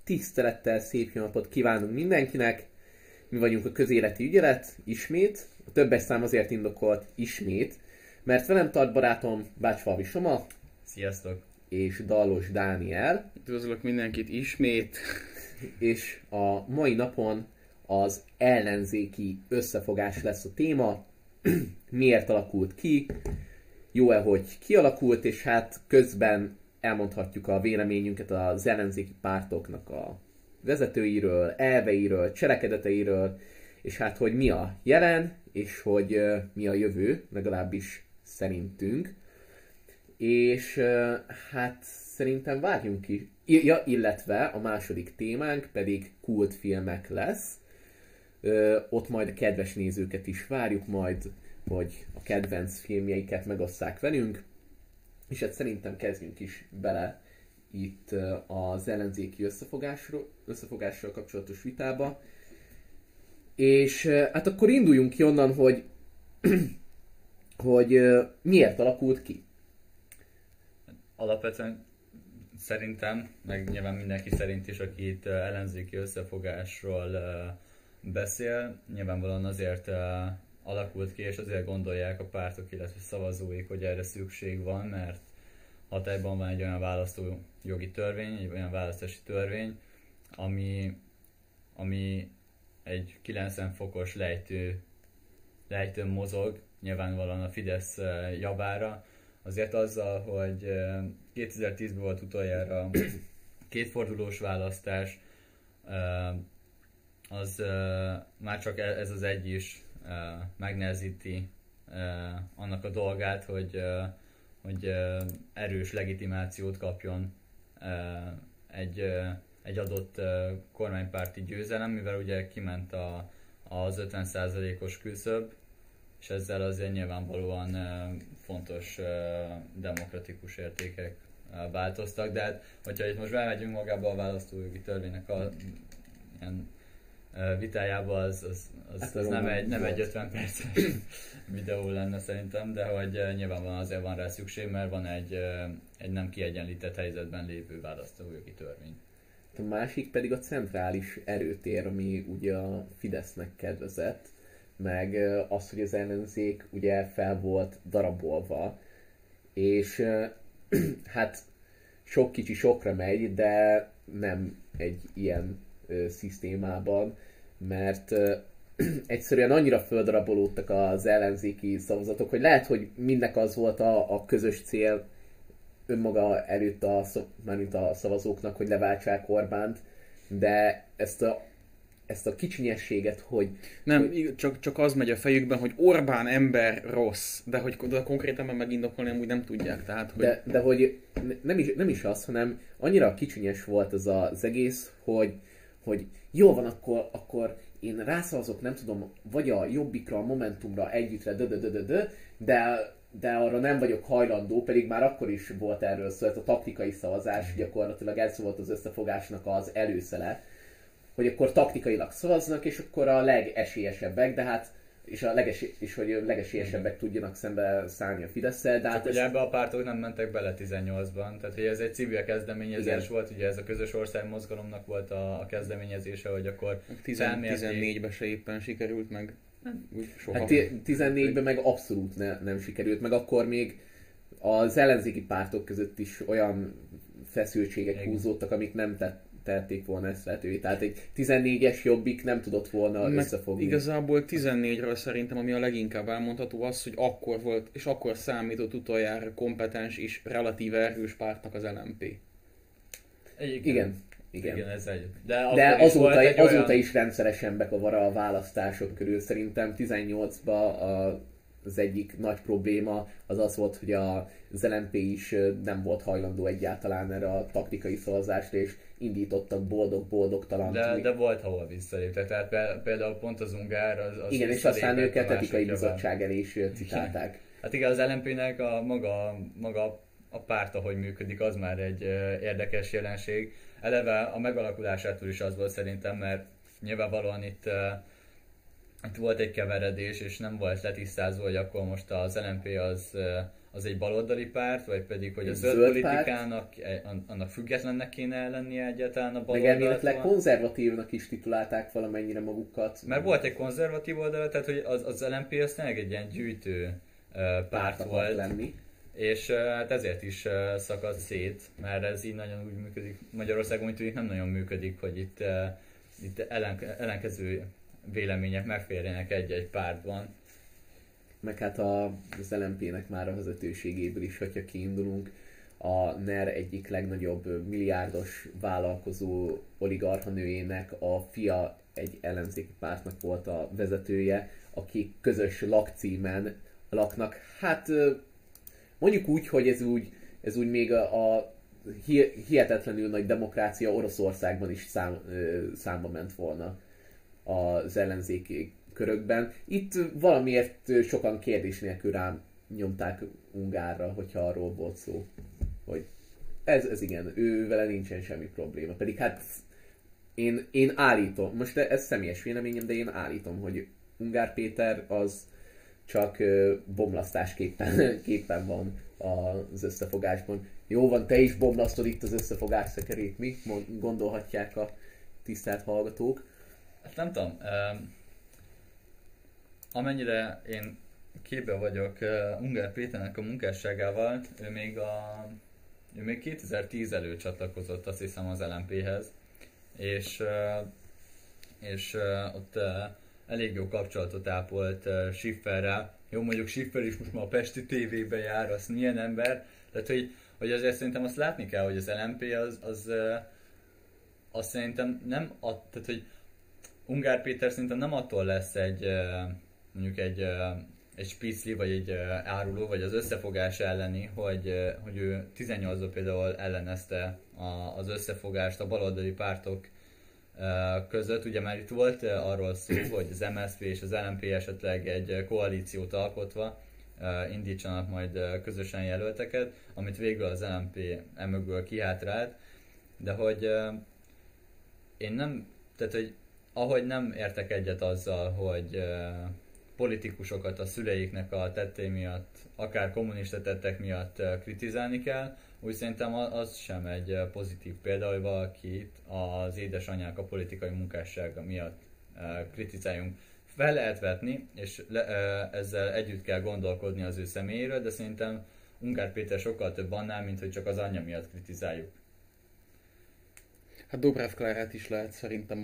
Tisztelettel szép jó napot kívánunk mindenkinek! Mi vagyunk a Közéleti Ügyelet, ismét. A többes szám azért indokolt ismét, mert velem tart barátom Bácsfalvi Soma. Sziasztok! És Dallos Dániel. Üdvözlök mindenkit ismét! És a mai napon az ellenzéki összefogás lesz a téma. Miért alakult ki? Jó-e, hogy kialakult, és hát közben elmondhatjuk a véleményünket az ellenzéki pártoknak a vezetőiről, elveiről, cselekedeteiről, és hát hogy mi a jelen, és hogy mi a jövő, legalábbis szerintünk. És hát szerintem vágjunk ki. Ja, illetve a második témánk pedig kultfilmek lesz. Ott majd a kedves nézőket is várjuk majd, hogy a kedvenc filmjeiket megosszák velünk. És hát szerintem kezdjünk is bele itt az ellenzéki összefogással kapcsolatos vitába. És hát akkor induljunk ki onnan, hogy miért alakult ki. Alapvetően szerintem, meg nyilván mindenki szerint is, aki itt ellenzéki összefogásról beszél, nyilvánvalóan azért alakult ki, és azért gondolják a pártok, illetve szavazóik, hogy erre szükség van, mert hatályban van egy olyan választójogi törvény, egy olyan választási törvény, ami egy 90 fokos lejtőn mozog, nyilvánvalóan a Fidesz javára. Azért azzal, hogy 2010-ben volt utoljára kétfordulós választás, az már csak ez az egy is megnehezíti annak a dolgát, hogy erős legitimációt kapjon egy adott kormánypárti győzelem, mivel ugye kiment az 50%-os küszöb, és ezzel azért nyilvánvalóan fontos demokratikus értékek változtak, de hát, hogyha itt most bemegyünk magába a választójogi törvénynek a ilyen vitájába, az nem egy 50 perces videó lenne szerintem, de hogy nyilvánvalóan azért van rá szükség, mert van egy nem kiegyenlített helyzetben lévő választójogi törvény. A másik pedig a centrális erőtér, ami ugye a Fidesznek kedvezett, meg az, hogy az ellenzék ugye fel volt darabolva, és hát sok kicsi sokra megy, de nem egy ilyen szisztémában, mert egyszerűen annyira földarabolódtak az ellenzéki szavazatok, hogy lehet, hogy mindnek az volt a közös cél önmaga előtt mármint a szavazóknak, hogy leváltsák Orbánt, de ezt a kicsinyességet, hogy... Nem, csak az megy a fejükben, hogy Orbán ember rossz, de hogy konkrétan megindokolni amúgy nem tudják. Tehát, hogy... De hogy nem is az, hanem annyira kicsinyes volt ez az egész, hogy jó van, akkor én rászavazok, nem tudom, vagy a Jobbikra, a Momentumra együttre, de arra nem vagyok hajlandó, pedig már akkor is volt erről szó, ez a taktikai szavazás, gyakorlatilag ez volt az összefogásnak az előszele, hogy akkor taktikailag szavaznak, és akkor a legesélyesebbek, de hát és hogy a legesélyesebbek tudjanak szembe szállni a Fidesz-szel. Csak hogy ebbe a pártok nem mentek bele 18-ban, tehát hogy ez egy civil kezdeményezés volt, ugye ez a közös országmozgalomnak volt a kezdeményezése, hogy akkor 14-ben se éppen sikerült meg. Hát 14-ben meg abszolút nem sikerült, meg akkor még az ellenzéki pártok között is olyan feszültségek húzódtak, amik nem tették volna ezt lehetővé. Tehát egy 14-es Jobbik nem tudott volna összefogni. Igazából 14-ről szerintem, ami a leginkább elmondható az, hogy akkor volt, és akkor számított utoljára kompetens és relatíve erős pártnak az LMP. Igen, ez egy. De azóta is rendszeresen bekavar a választások körül. Szerintem 18-ban az egyik nagy probléma az volt, hogy az LMP is nem volt hajlandó egyáltalán erre a taktikai szavazásra, és indítottak boldog-boldogtalan. De volt, ahol visszaléptek. Tehát például pont az Ungár az igen, és aztán őket etikai bizottság elé is citálták. Hát igen, az LMP-nek a maga a párt, ahogy működik, az már egy érdekes jelenség. Eleve a megalakulásától is az volt szerintem, mert nyilvánvalóan itt itt volt egy keveredés, és nem volt letisztázva, hogy akkor most az LMP az egy baloldali párt, vagy pedig, hogy a zöld politikának annak függetlennek kéne lennie egyáltalán a baloldaltól. Meg elméletileg konzervatívnak is titulálták valamennyire magukat. Mert volt egy konzervatív oldala, tehát hogy az LMP az tényleg egy ilyen gyűjtő párt volt. Lenni. És hát ezért is szakadt szét, mert ez így nagyon úgy működik. Magyarországon, mint tudjuk, nem nagyon működik, hogy itt ellenkező vélemények megférjenek egy-egy pártban. Meg hát az LMP-nek már a vezetőségéből is, hogyha kiindulunk, a NER egyik legnagyobb milliárdos vállalkozó oligarcha nőjének a fia egy ellenzéki pártnak volt a vezetője, akik közös lakcímen laknak. Hát mondjuk úgy, hogy ez úgy még a hihetetlenül nagy demokrácia Oroszországban is számba ment volna az ellenzéki körökben. Itt valamiért sokan kérdés nélkül rám nyomták Ungárra, hogyha arról volt szó, hogy ez igen, ő vele nincsen semmi probléma. Pedig hát én állítom, most ez személyes véleményem, de én állítom, hogy Ungár Péter az csak bomlasztásképpen van az összefogásban. Jó van, te is bomlasztod itt az összefogás szekerét, mi? Gondolhatják a tisztelt hallgatók. Hát nem tudom, amennyire én képbe vagyok Ungár Péternek a munkásságával, ő még 2010 előtt csatlakozott, azt hiszem, az LMP-hez, és ott elég jó kapcsolatot ápolt Schifferrel. Jó, mondjuk Schiffer is most már a Pesti TV-be jár, az milyen ember. Tehát, hogy azért szerintem azt látni kell, hogy az LMP az szerintem nem, tehát, hogy Ungár Péter szerintem nem attól lesz mondjuk egy spicli, vagy egy áruló, vagy az összefogás elleni, hogy ő 18-ban például ellenezte az összefogást a baloldali pártok között. Ugye már itt volt arról szó, hogy az MSZP és az LMP esetleg egy koalíciót alkotva indítsanak majd közösen jelölteket, amit végül az LMP emögből kihátrált, de hogy én nem, tehát hogy ahogy nem értek egyet azzal, hogy politikusokat a szüleiknek a tettei miatt, akár kommunista tettek miatt kritizálni kell, úgy szerintem az sem egy pozitív példa, hogy valakit az édesanyják a politikai munkássága miatt kritizáljunk. Fel lehet vetni, és ezzel együtt kell gondolkodni az ő személyéről, de szerintem Ungár Péter sokkal több annál, mint hogy csak az anyja miatt kritizáljuk. Hát Dobrev Klárát is lehet szerintem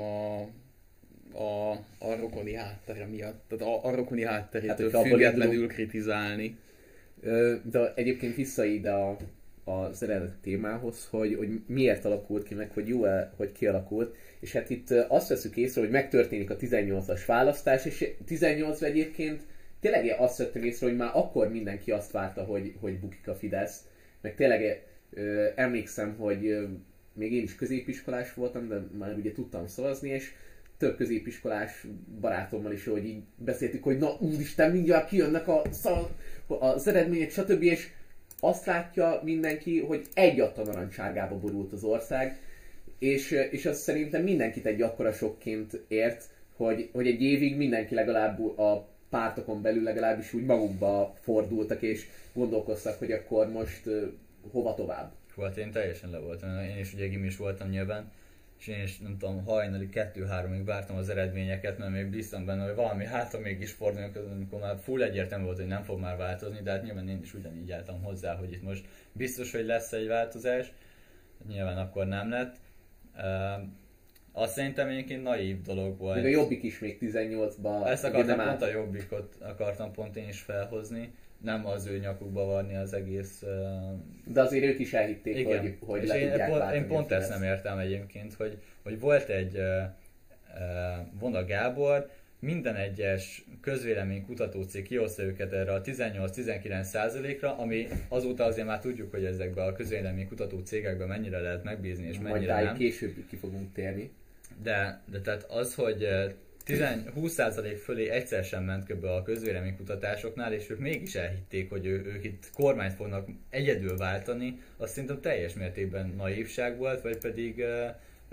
a rokoni háttere miatt, tehát a rokoni hátterétől hát, függetlenül kritizálni. De egyébként vissza ide az eredeti témához, hogy miért alakult ki, meg hogy jó-e, hogy kialakult, és hát itt azt veszük észre, hogy megtörténik a 18-as választás, és 18-ban egyébként tényleg azt vettem észre, hogy már akkor mindenki azt várta, hogy bukik a Fidesz, meg tényleg emlékszem, hogy még én is középiskolás voltam, de már ugye tudtam szavazni, és több középiskolás barátommal is, hogy így beszéltük, hogy na úristen, mindjárt kijönnek az eredmények, stb. És azt látja mindenki, hogy egyadta narancsárgába borult az ország, és az szerintem mindenkit egy akkora sokként ért, hogy egy évig mindenki legalább a pártokon belül legalábbis úgy magukba fordultak, és gondolkoztak, hogy akkor most hova tovább. Hát én teljesen le voltam, én is ugye gimis voltam nyilván, és én is nem tudom, hajnali 2-3-ig vártam az eredményeket, mert még bíztam benne, hogy valami hátra mégis forduljon közben, amikor már full egyértelmű volt, hogy nem fog már változni, de hát nyilván én is ugyanígy álltam hozzá, hogy itt most biztos, hogy lesz egy változás, nyilván akkor nem lett. Azt szerintem egyébként naív dolog volt. Még a Jobbik is még 18-ban. Ezt akartam, pont a Jobbikot akartam pont én is felhozni, nem az ő nyakukba varni az egész... De azért ők is elhitték, igen, hogy le tudják váltani. Én pont ezt nem értem egyébként, hogy volt egy Vona Gábor, minden egyes közvéleménykutató cég kihozta őket erre a 18-19%-ra, ami azóta azért már tudjuk, hogy ezekben a közvéleménykutató cégekben mennyire lehet megbízni és mennyire majd nem. Később ki fogunk térni. De tehát az, hogy 20% fölé egyszer sem ment kb. A közvéleménykutatásoknál, és ők mégis elhitték, hogy ők itt kormányt fognak egyedül váltani, azt szerintem teljes mértékben naívság volt, vagy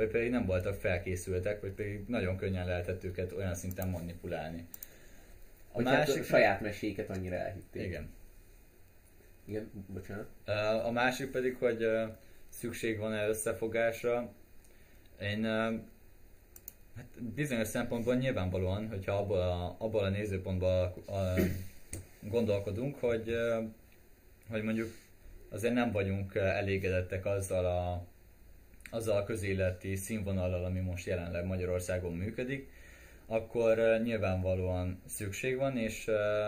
vagy pedig nem voltak felkészültek, vagy pedig nagyon könnyen lehetett őket olyan szinten manipulálni. A másik... a saját meséket annyira elhitték. Igen. Igen, bocsánat. A másik pedig, hogy szükség van-e összefogásra. Én hát bizonyos szempontból nyilvánvalóan, hogyha abból a nézőpontból gondolkodunk, hogy mondjuk azért nem vagyunk elégedettek azzal a közéleti színvonallal, ami most jelenleg Magyarországon működik, akkor nyilvánvalóan szükség van, és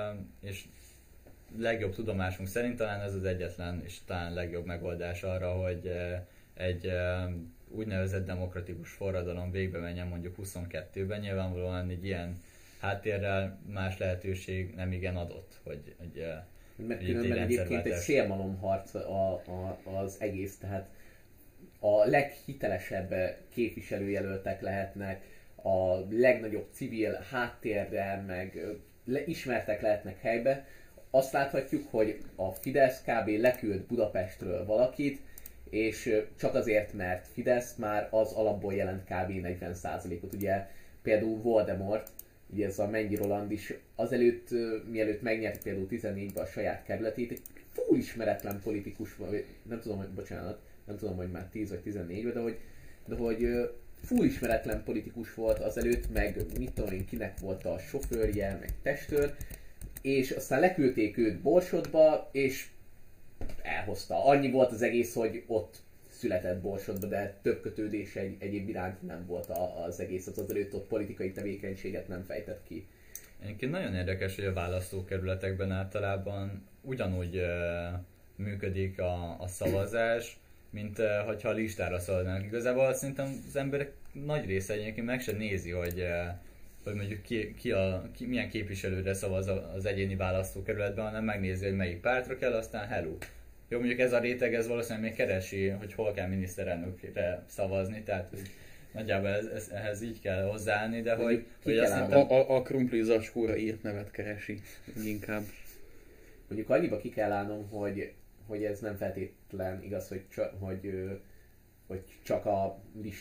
legjobb tudomásunk szerint talán ez az egyetlen és talán legjobb megoldás arra, hogy egy úgynevezett demokratikus forradalom végbe menjen mondjuk 22-ben. Nyilvánvalóan egy ilyen háttérrel más lehetőség nem igen adott, hogy mert különben egyébként egy szélmalomharc az egész, tehát a leghitelesebb képviselőjelöltek lehetnek, a legnagyobb civil háttérrel, meg ismertek lehetnek helybe. Azt láthatjuk, hogy a Fidesz kb. Leküld Budapestről valakit, és csak azért, mert Fidesz már az alapból jelent kb. 40%-ot. Ugye például Voldemort, ugye ez a Mennyi Roland is azelőtt, mielőtt megnyert például 14-ben a saját kerületét, egy full ismeretlen politikus, nem tudom, hogy bocsánat, nem tudom, hogy már 10 vagy 14-ben, de hogy full ismeretlen politikus volt azelőtt, meg mit tudom én, kinek volt a sofőrje, meg testőr, és aztán leküldték őt Borsodba, és elhozta. Annyi volt az egész, hogy ott született Borsodba, de több kötődése egyéb iránt nem volt az egész, az előtt ott politikai tevékenységet nem fejtett ki. Egyébként nagyon érdekes, hogy a választókerületekben általában ugyanúgy működik a szavazás, mint hogyha a listára szavaznak. Igazából szerintem az emberek nagy része egyébként meg sem nézi, hogy mondjuk milyen képviselőre szavaz az egyéni választókerületben, hanem megnézi, hogy melyik pártra kell, aztán hello. Jó, mondjuk ez a réteg, ez valószínűleg még keresi, hogy hol kell miniszterelnökre szavazni, tehát nagyjából ehhez így kell hozzáállni, de hogy azt hiszem... A krumpli zacskóra írt nevet keresi, inkább. Mondjuk annyiba ki kell állnom, hogy ez nem feltétlen igaz, hogy csak a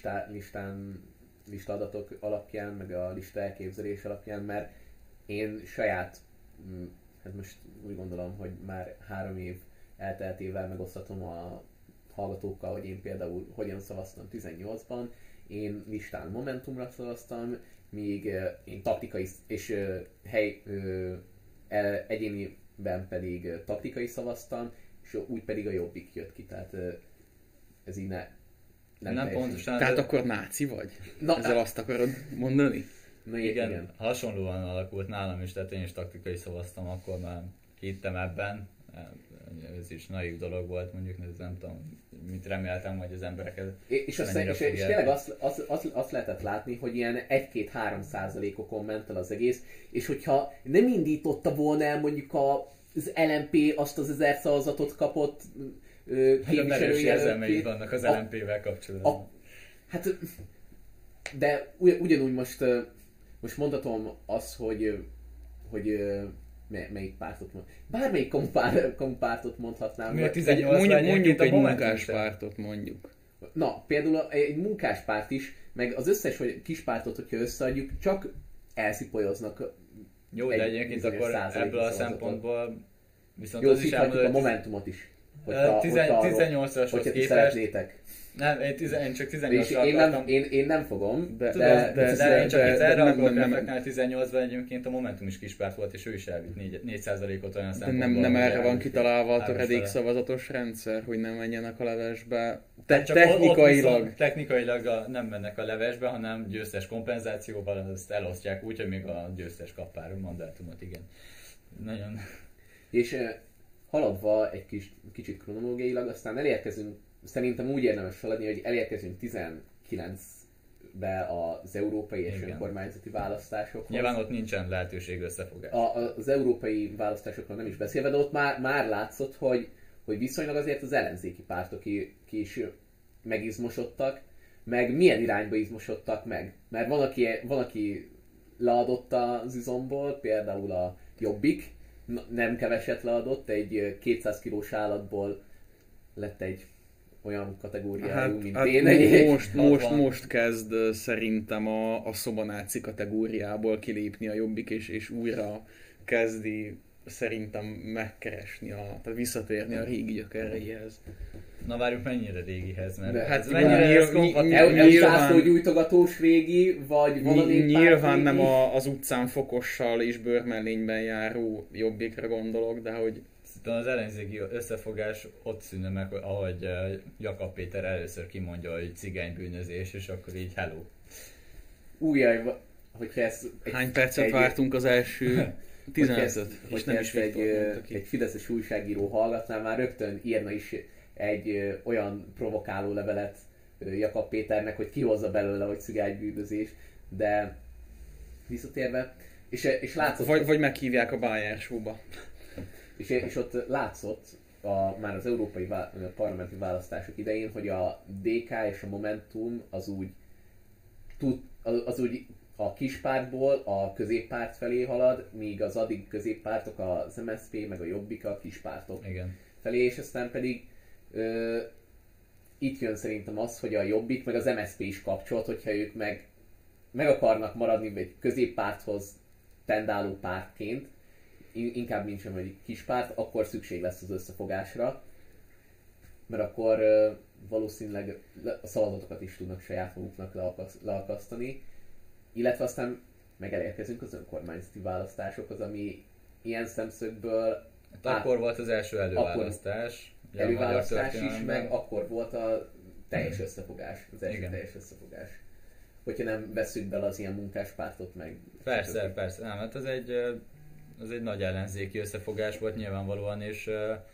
lista adatok alapján, meg a lista elképzelés alapján, mert én saját, hát most úgy gondolom, hogy már 3 év elteltével megosztatom a hallgatókkal, hogy én például hogyan szavaztam 18-ban. Én listán Momentumra szavaztam, míg én taktikai és egyéniben pedig taktikai szavaztam, és úgy pedig a Jobbik jött ki, tehát ez így nem pontosan. Tehát akkor náci vagy? Ezzel azt akarod mondani? Na, igen, hasonlóan alakult nálam is, tehát én is taktikai szavaztam, akkor már hittem ebben. Ez is naiv dolog volt, mondjuk, nem tudom, mit reméltem, hogy az emberek és tényleg azt lehetett látni, hogy ilyen 1-2-3%-okon ment el az egész, és hogyha nem indította volna el mondjuk az LMP azt az 1000 szavazatot kapott képviselőjelöltjét. Vannak az LMP-vel kapcsolatban. Hát, de ugyanúgy most mondhatom azt, hogy melyik pártot mond. Bármelyik kompártot mondhatnám. Mondjuk egy munkáspártot mondjuk. Na, például egy munkáspárt is, meg az összes kispártot, hogyha összeadjuk, csak elszipolyoznak. Jó, de egyébként akkor ebből a szempontból viszont jó, az is elmondod, a Momentumot is. 18-ashoz képest. Nem, én csak 18-ra akartam. Én nem fogom, de én csak erre akarok reflektálni, 18-ban egyébként a Momentum is kispárt volt, és ő is elvitt 4%-ot olyan szempontból. Nem erre van kitalálva a töredék szavazatos rendszer, hogy nem menjenek a levesbe. Technikailag nem mennek a levesbe, hanem győztes kompenzációval azt elosztják úgy, hogy még a győztes kap pár mandátumot, igen. Nagyon... És haladva egy kicsit kronológiailag, aztán elérkezünk, szerintem úgy érdemes haladni, hogy elérkezünk 19-be az európai és önkormányzati választásokhoz. Nyilván ott nincsen lehetőség összefogás. Az európai választásokról nem is beszélve, de ott már látszott, hogy viszonylag azért az ellenzéki pártok ki is megizmosodtak, meg milyen irányba izmosodtak meg. Mert van, aki leadott az izomból, például a Jobbik, nem keveset leadott, egy 200 kilós állatból lett egy olyan kategóriájú, Hát, mint hát én egyébként. most kezd szerintem a szobanáci kategóriából kilépni a Jobbik, és újra kezdi szerintem megkeresni, tehát visszatérni a régi gyökereihez. Na várjuk, mennyire régihez, mert De, hát hát mennyire ez kompatibilis. zászlógyújtogatós régi, vagy valamelyik Nyilván nem régi? az utcán fokossal és bőrmellényben járó Jobbikra gondolok, de hogy Szerintem az ellenzéki összefogás ott szűnne meg, ahogy Jakab Péter először kimondja, hogy cigánybűnözés, és akkor így hello. Újjaj, hogyha ez... hány percet vártunk az első 15-öt, és hogy nem ezt is Viktor mondta egy ki. fideszes újságíró hallgatná, már rögtön írna is egy olyan provokáló levelet Jakab Péternek, hogy kihozza belőle, hogy cigánybűnözés, de visszatérve, és látszott... Vagy meghívják a Bayer Show-ba. És ott látszott már az európai parlamenti választások idején, hogy a DK és a Momentum az úgy a kispártból a középpárt felé halad, míg az addig középpártok, az MSZP meg a Jobbik a kispártok Igen. felé, és aztán pedig itt jön szerintem az, hogy a Jobbik meg az MSZP is kapcsolt, hogyha ők meg akarnak maradni egy középpárthoz tendáló pártként, inkább mint sem egy kis párt, akkor szükség lesz az összefogásra, mert akkor valószínűleg a szavazatokat is tudnak saját maguknak leakasztani, illetve aztán meg elérkezünk az önkormányzati választásokhoz, ami ilyen szemszögből Hát akkor volt az első előválasztás. ugye a magyar előválasztás is, történelemben. meg akkor volt a teljes összefogás, az első Igen. teljes összefogás. Hogyha nem veszünk bele az ilyen munkáspártot meg. Persze. Nem, hát az egy nagy ellenzéki összefogás volt nyilvánvalóan, és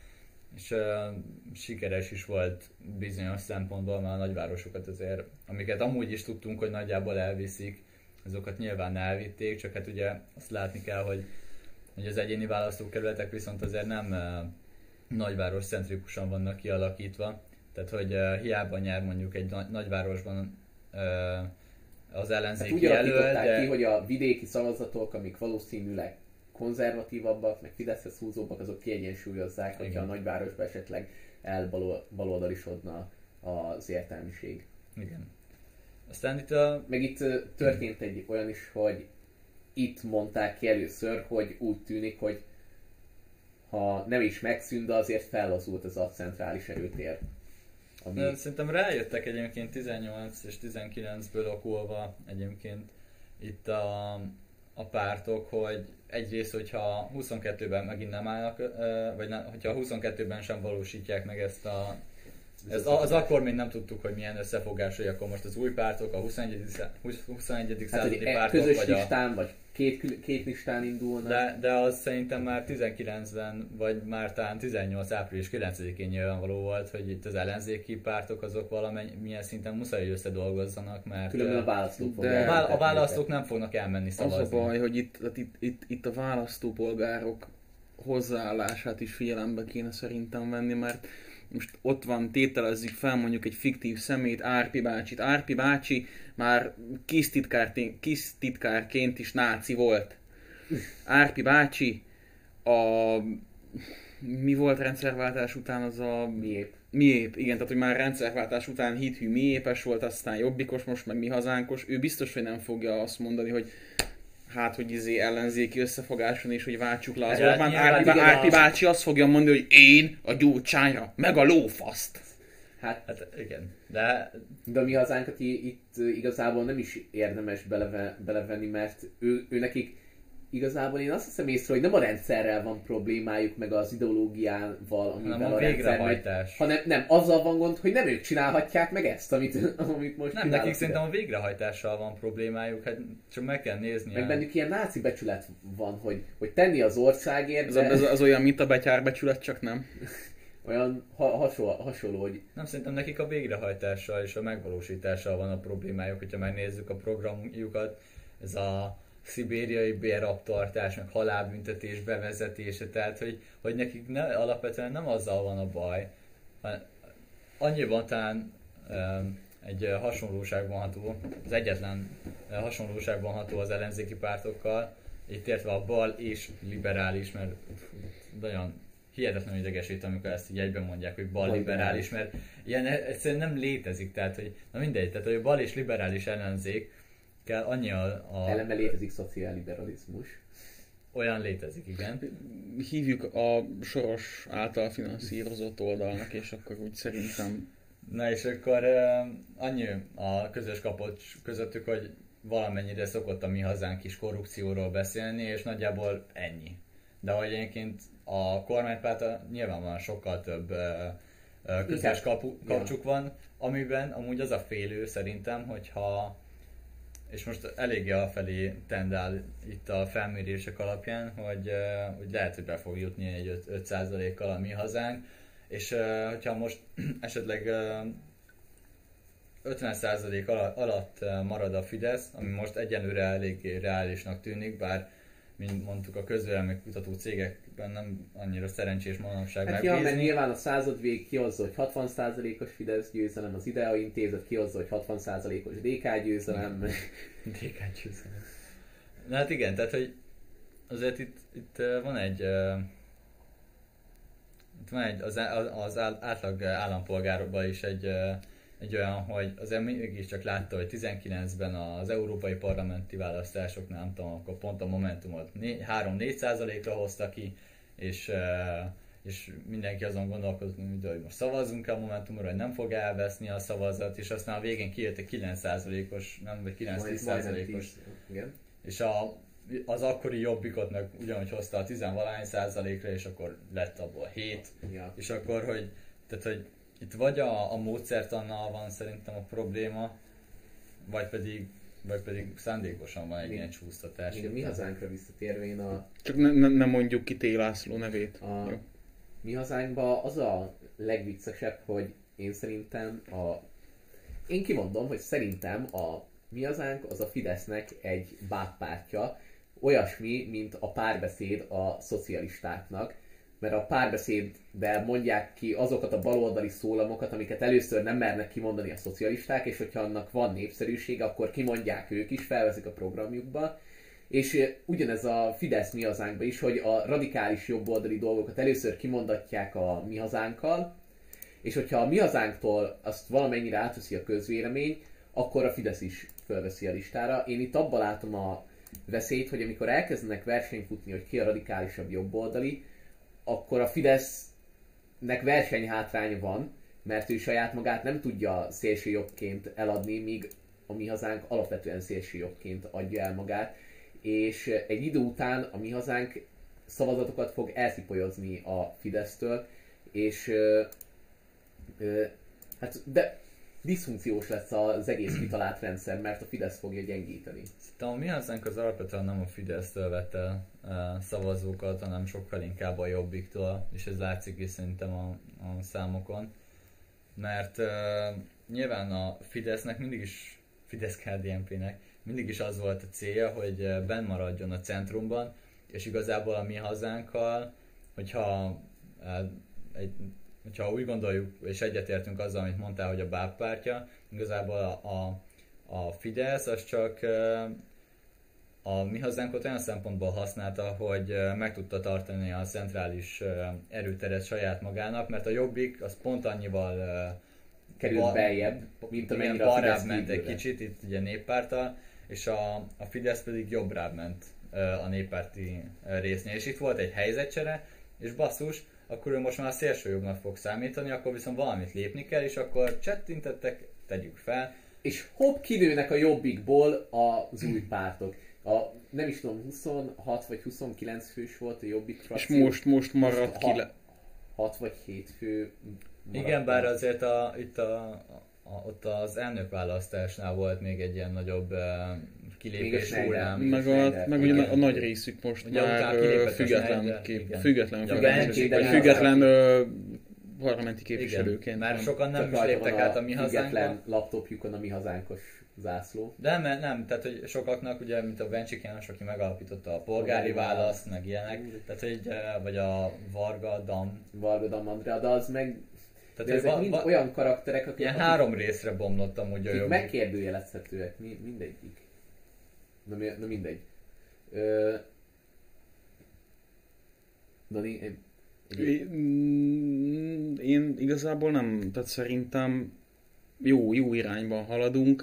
sikeres is volt bizonyos szempontból, mert a nagyvárosokat azért, amiket amúgy is tudtunk, hogy nagyjából elviszik, azokat nyilván elvitték, csak hát ugye azt látni kell, hogy az egyéni választókerületek viszont azért nem nagyváros centrikusan vannak kialakítva, tehát hogy hiába nyer mondjuk egy nagyvárosban az ellenzéki úgy jelölt, alakították de... ki, hogy a vidéki szavazatok, amik valószínűleg konzervatívabbak, meg Fideszhez húzóbbak, azok kiegyensúlyozzák, hogyha Igen. a nagyvárosban esetleg elbaloldalisodna az értelmiség. Igen. Aztán itt a... Meg itt történt egy olyan is, hogy itt mondták ki először, hogy úgy tűnik, hogy ha nem is megszűnt, de azért fellazult ez a centrális erőtér. Ami... Szerintem rájöttek egyébként 18 és 19-ből okulva egyébként itt a pártok, hogy egyrészt, hogyha 22-ben megint nem állnak, vagy nem, hogyha 22-ben sem valósítják meg ezt az akkor még nem tudtuk, hogy milyen összefogás, hogy akkor most az új pártok, a 21. századi pártok, közös vagy a... listán, vagy két listán indulnak. De az szerintem már 19-ben, vagy már talán 18. április 9-én nyilvánvaló volt, hogy itt az ellenzéki pártok azok valamilyen szinten muszáj, hogy összedolgozzanak, mert Különben a választók a választók nem fognak elmenni szavazni. Az a baj, hogy itt a választópolgárok hozzáállását is figyelembe kéne szerintem venni, mert most ott van, tételezzük fel mondjuk egy fiktív szemét, Árpi bácsit. Árpi bácsi már kis titkárként is náci volt. Árpi bácsi mi volt rendszerváltás után az a... Miép, igen, tehát hogy már rendszerváltás után hithű miépes volt, aztán jobbikos, most meg mi hazánkos. Ő biztos, hogy nem fogja azt mondani, hogy hogy ellenzéki összefogáson és hogy váltsuk le az Orbán. Árpi bácsi azt fogja mondani, hogy én a gyurcsányra, meg a lófaszt. Hát igen, de a mi hazánkat itt igazából nem is érdemes belevenni, mert ő nekik igazából én azt hiszem észre, hogy nem a rendszerrel van problémájuk, meg az ideológiával, amivel a rendszer megy, hanem nem, azzal van gond, hogy nem ők csinálhatják meg ezt, amit most nem, nekik szerintem a végrehajtással van problémájuk, hát csak meg kell nézni. Meg bennük ilyen náci becsület van, hogy tenni az országért, de... Ez olyan, mint a betyárbecsület, csak nem. Olyan hasonló, hogy... Nem, szerintem nekik a végrehajtással és a megvalósítással van a problémájuk, hogyha megnézzük a programjukat, ez a szibériai bérrabtartás, meg halálbüntetés bevezetése, tehát hogy nekik alapvetően nem azzal van a baj. Annyiban talán egy hasonlóság vonható, az egyetlen hasonlóság vonható az ellenzéki pártokkal, itt értve a bal és liberális, mert nagyon hihetetlenül idegesít, amikor ezt így egyben mondják, hogy balliberális, mert ilyen egyszerűen nem létezik, tehát hogy na mindegy, tehát hogy a bal és liberális ellenzék kell annyi Ellenben létezik szociálliberalizmus. Olyan létezik, igen. Hívjuk a Soros által finanszírozott oldalnak, és akkor úgy szerintem... Na és akkor annyi a közös kapocs közöttük, hogy valamennyire szokott a Mi Hazánk is korrupcióról beszélni, és nagyjából ennyi. De hogy egyébként a kormánypárttal nyilvánvalóan sokkal több közös kapcsuk van, amiben amúgy az a félő szerintem, hogyha és most eléggé afelé tendál itt a felmérések alapján, hogy lehet, hogy be fog jutni egy 5%-kal a Mi Hazánk, és hogyha most esetleg 50% alatt marad a Fidesz, ami most egyenlőre eléggé reálisnak tűnik, bár mint mondtuk, a közvéleménykutató cégekben nem annyira szerencsés manapság megbízni. Hát ja, mert nyilván a század vég kihozza, hogy 60%-os Fidesz győzelem, az IDEA intézet kihozza, hogy 60%-os DK győzelem. DK győzelem. Na hát igen, tehát hogy azért itt van egy az átlag állampolgárokban is egy olyan, hogy azért mégiscsak látta, hogy 19-ben az európai parlamenti választásoknál, nem tudom, akkor pont a Momentumot 3-4%-ra hozta ki, és mindenki azon gondolkozott, hogy most szavazzunk-e a Momentumra, hogy nem fog elveszni a szavazat, és aztán a végén kijött egy 9%-os, nem, vagy 9-10%-os. És az akkori Jobbikot meg ugyanúgy hozta a 10-valahány%-ra, és akkor lett abból 7. Ja. És akkor, hogy itt vagy a módszertannal van szerintem a probléma, vagy pedig szándékosan van egy ilyen csúsztatás. Még a Mi Hazánkra visszatérve én Csak nem mondjuk ki T. László nevét. Jó. Mi Hazánkban az a legviccesebb, hogy én szerintem én kimondom, hogy szerintem a Mi Hazánk az a Fidesznek egy bábpártja, olyasmi, mint a Párbeszéd a szocialistáknak, mert a Párbeszéddel mondják ki azokat a baloldali szólamokat, amiket először nem mernek kimondani a szocialisták, és hogyha annak van népszerűsége, akkor kimondják ők is, felveszik a programjukba. És ugyanez a Fidesz Mi Hazánkban is, hogy a radikális jobboldali dolgokat először kimondatják a Mi Hazánkkal, és hogyha a Mi Hazánktól azt valamennyire átveszi a közvélemény, akkor a Fidesz is felveszi a listára. Én itt abban látom a veszélyt, hogy amikor elkezdenek versenyt futni, hogy ki a radikálisabb jobboldali, akkor a Fidesznek versenyhátránya van, mert ő saját magát nem tudja szélsőjobbként eladni, míg a Mi Hazánk alapvetően szélsőjobbként adja el magát, és egy idő után a Mi Hazánk szavazatokat fog elszipolyozni a Fidesztől, és de diszfunkciós lesz az egész kitalált rendszer, mert a Fidesz fogja gyengíteni. Szerintem a Mi Hazánk az alapvetően nem a Fidesztől vett el szavazókat, hanem sokkal inkább a Jobbiktól, és ez látszik is szerintem a számokon. Mert nyilván a Fidesznek Fidesz-KDNP-nek mindig is az volt a célja, hogy benn maradjon a centrumban, és igazából a Mi Hazánkkal, hogyha úgy gondoljuk, és egyetértünk azzal, amit mondtál, hogy a bábpártja, igazából a Fidesz az csak a Mi Hazánkot olyan szempontból használta, hogy meg tudta tartani a centrális erőteret saját magának, mert a Jobbik az pont annyival került beljebb, mint amennyire a Fidesz ment egy kicsit, itt ugye néppárttal, és a Fidesz pedig jobbrább ment a néppárti résznél. És itt volt egy helyzetcsere, és basszus, akkor ő most már szélsőjobbnak fog számítani, akkor viszont valamit lépni kell, és akkor csettintettek, tegyük fel. És hopp, kilőnek a Jobbikból az új pártok. Nem is tudom, 26 vagy 29 fős volt a Jobbik frakció. És most maradt ki 6 vagy 7 fő. Igen, bár azért ott az elnökválasztásnál volt még egy ilyen nagyobb kilépés hullám. Meg ugye a nagy részük most ugye már független parlamenti képviselőként. Igen, már sokan nem is léptek át a Mi Hazánkba. Független laptopjukon a Mi Hazánkos zászló. De nem, tehát hogy sokaknak ugye, mint a Bencsik János, aki megalapította a polgári választ, meg ilyenek, tehát hogy, vagy a Varga Dam Andrea, de az meg... Tehát, de ezek mind olyan karakterek, akik... Ilyen 3 részre bomlott amúgy a Jobbik. Megkérdőjelezhetőek, mindegyik. Na mindegy. Dani, Én igazából nem, tehát szerintem jó irányban haladunk.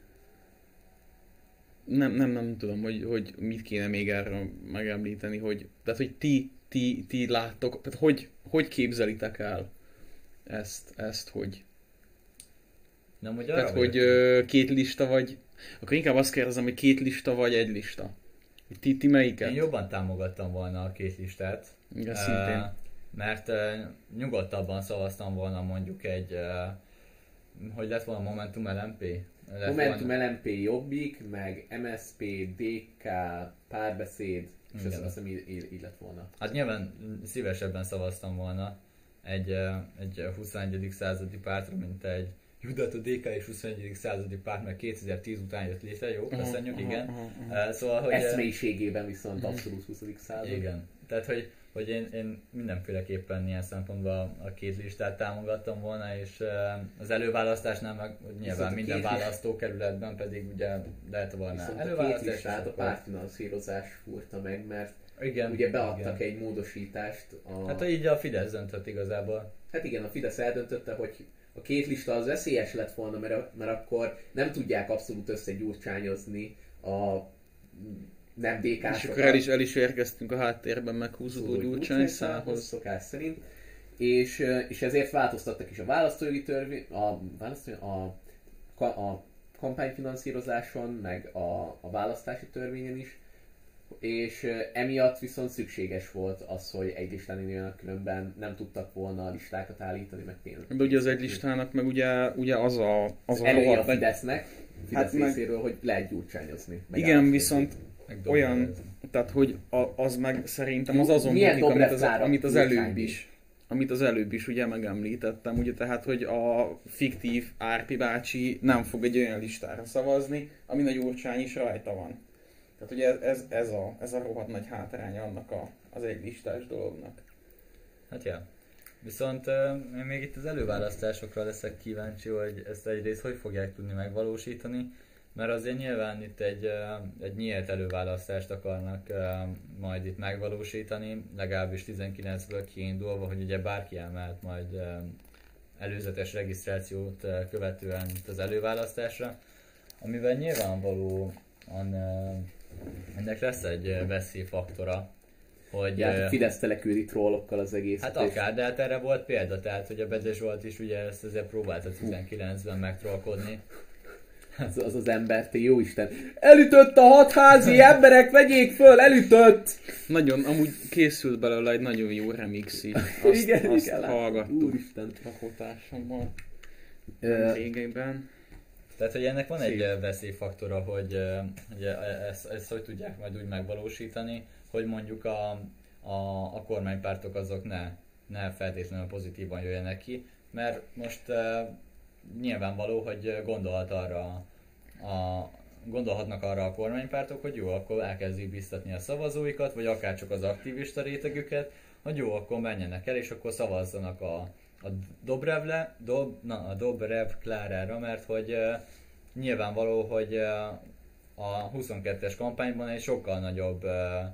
Nem tudom, hogy mit kéne még erről megemlíteni, tehát hogy ti láttok, tehát hogy képzelitek el ezt, hogy... Nem, hogy Tehát, hogy két lista vagy... Akkor inkább azt kérdezem, hogy két lista vagy egy lista. Ti melyiket? Én jobban támogattam volna a két listát. Igen, szintén. Mert nyugodtabban szavaztam volna mondjuk egy... hogy lett volna Momentum LMP? Momentum LMP Jobbik, meg MSZP, DK, Párbeszéd, és azt hiszem így lett volna. Hát nyilván szívesebben szavaztam volna egy 21. századi pártra, mint egy Judat a DK és 21. századi párt, mert 2010 után jött létre, jó? Köszönjük, igen. Szóval, hogy... Eszmélyiségében viszont abszolút 20. század. Igen. Tehát, hogy én mindenféleképpen ilyen szempontból a két listát támogattam volna, és az előválasztásnál meg nyilván minden választókerületben pedig ugye lehet volna előválasztás. A két listát a pártfinanszírozás fúrta meg, mert igen, ugye beadtak egy módosítást. Hát így a Fidesz döntött igazából. Hát igen, a Fidesz eldöntötte, hogy a két lista az veszélyes lett volna, mert akkor nem tudják abszolút összegyurcsányozni a nem DK-sokat. És akkor el is érkeztünk a háttérben meghúzódó Gyurcsány-szálhoz. Szokás szerint. És ezért változtattak is a választójogi törvény, a kampányfinanszírozáson, meg a választási törvényen is. És emiatt viszont szükséges volt az, hogy egy listán induljanak, különben nem tudtak volna listákat állítani, meg pénzt. De ugye az egy listának meg ugye az a előnye a Fidesznek, Fidesz részéről, hogy lehet gyurcsányozni. Igen, viszont olyan, tehát hogy az meg szerintem az azon múlik, amit az előbb is ugye megemlítettem, ugye tehát, hogy a fiktív Árpi bácsi nem fog egy olyan listára szavazni, amin a Gyurcsány is rajta van. Tehát ugye ez a rohadt nagy hátránya annak az egy listás dolognak. Hát ja. Viszont én még itt az előválasztásokra leszek kíváncsi, hogy ezt egyrészt hogy fogják tudni megvalósítani, mert azért nyilván itt egy nyílt előválasztást akarnak majd itt megvalósítani, legalábbis 19-ből kiindulva, hogy ugye bárki emelt majd előzetes regisztrációt követően itt az előválasztásra, amivel nyilvánvalóan ennek lesz egy veszélyfaktora, hogy... Ja, a Fidesz teleküldi trollokkal az egész. Hát akár, de hát erre volt példa, tehát hogy a Bede Zsolt is ugye ezt azért próbálta 19-ben megtrollkodni. Az embert, jóisten. Elütött a hatházi emberek, vegyék föl, elütött! Nagyon, amúgy készült belőle egy nagyon jó remix is. Azt hallgattuk. Úristen. Rakótársammal. Régében. Tehát, hogy ennek van egy veszélyfaktora, hogy ezt hogy tudják majd úgy megvalósítani, hogy mondjuk a kormánypártok azok ne feltétlenül pozitívan jöjjenek ki, mert most nyilvánvaló, hogy gondolhatnak arra a kormánypártok, hogy jó, akkor elkezdik biztatni a szavazóikat, vagy akár csak az aktivista rétegüket, hogy jó, akkor menjenek el, és akkor szavazzanak a Dobrev Klárára, mert hogy nyilvánvaló, hogy a 22-es kampányban egy sokkal nagyobb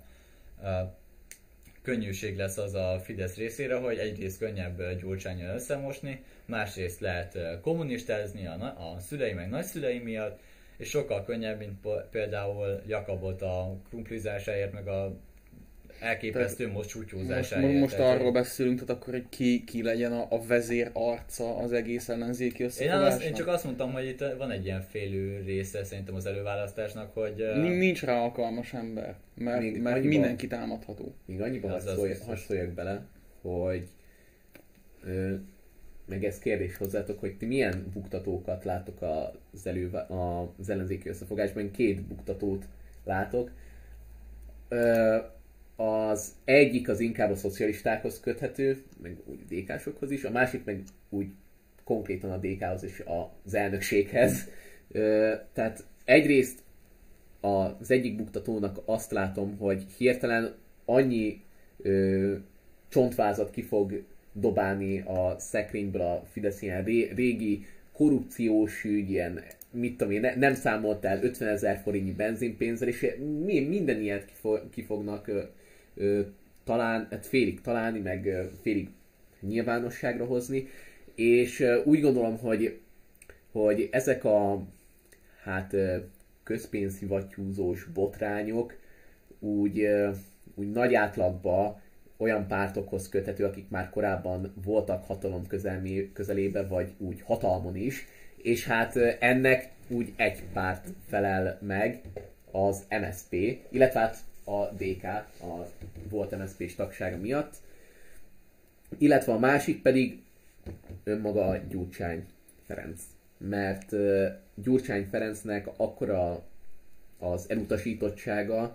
könnyűség lesz az a Fidesz részére, hogy egyrészt könnyebb Gyurcsánnyal összemosni, másrészt lehet kommunistázni a szülei meg nagyszülei miatt, és sokkal könnyebb, mint például Jakabot a krumplizásáért, meg a elképesztő most csúcsúzásáért. Most arról beszélünk, tehát akkor, hogy ki legyen a vezér arca az egész ellenzéki összefogásnak. Én csak azt mondtam, hogy itt van egy ilyen félő része szerintem az előválasztásnak, hogy... Nincs rá alkalmas ember, mert mindenki támadható. Még annyiban hadd szóljak bele, hogy meg ez kérdés hozzátok, hogy ti milyen buktatókat látok az ellenzéki összefogásban. Két buktatót látok. Az egyik az inkább a szocialistákhoz köthető, meg úgy DK-sokhoz is, a másik meg úgy konkrétan a DK-hoz és az elnökséghez. Tehát egyrészt az egyik buktatónak azt látom, hogy hirtelen annyi csontvázat ki fog dobálni a szekrényből a Fidesz, ilyen régi korrupciós ügy, ilyen mit tudom én, nem számolt el 50 000 forintnyi benzinpénzzel, és minden ilyet ki fognak félig találni, meg félig nyilvánosságra hozni, és úgy gondolom, hogy ezek a közpénzhivattyúzós botrányok úgy nagy átlagban olyan pártokhoz köthető, akik már korábban voltak hatalom közelébe, vagy úgy hatalmon is, és hát ennek úgy egy párt felel meg, az MSZP, illetve hát a DK, a volt MSZP-s tagsága miatt, illetve a másik pedig önmaga Gyurcsány Ferenc. Mert Gyurcsány Ferencnek akkora az elutasítottsága,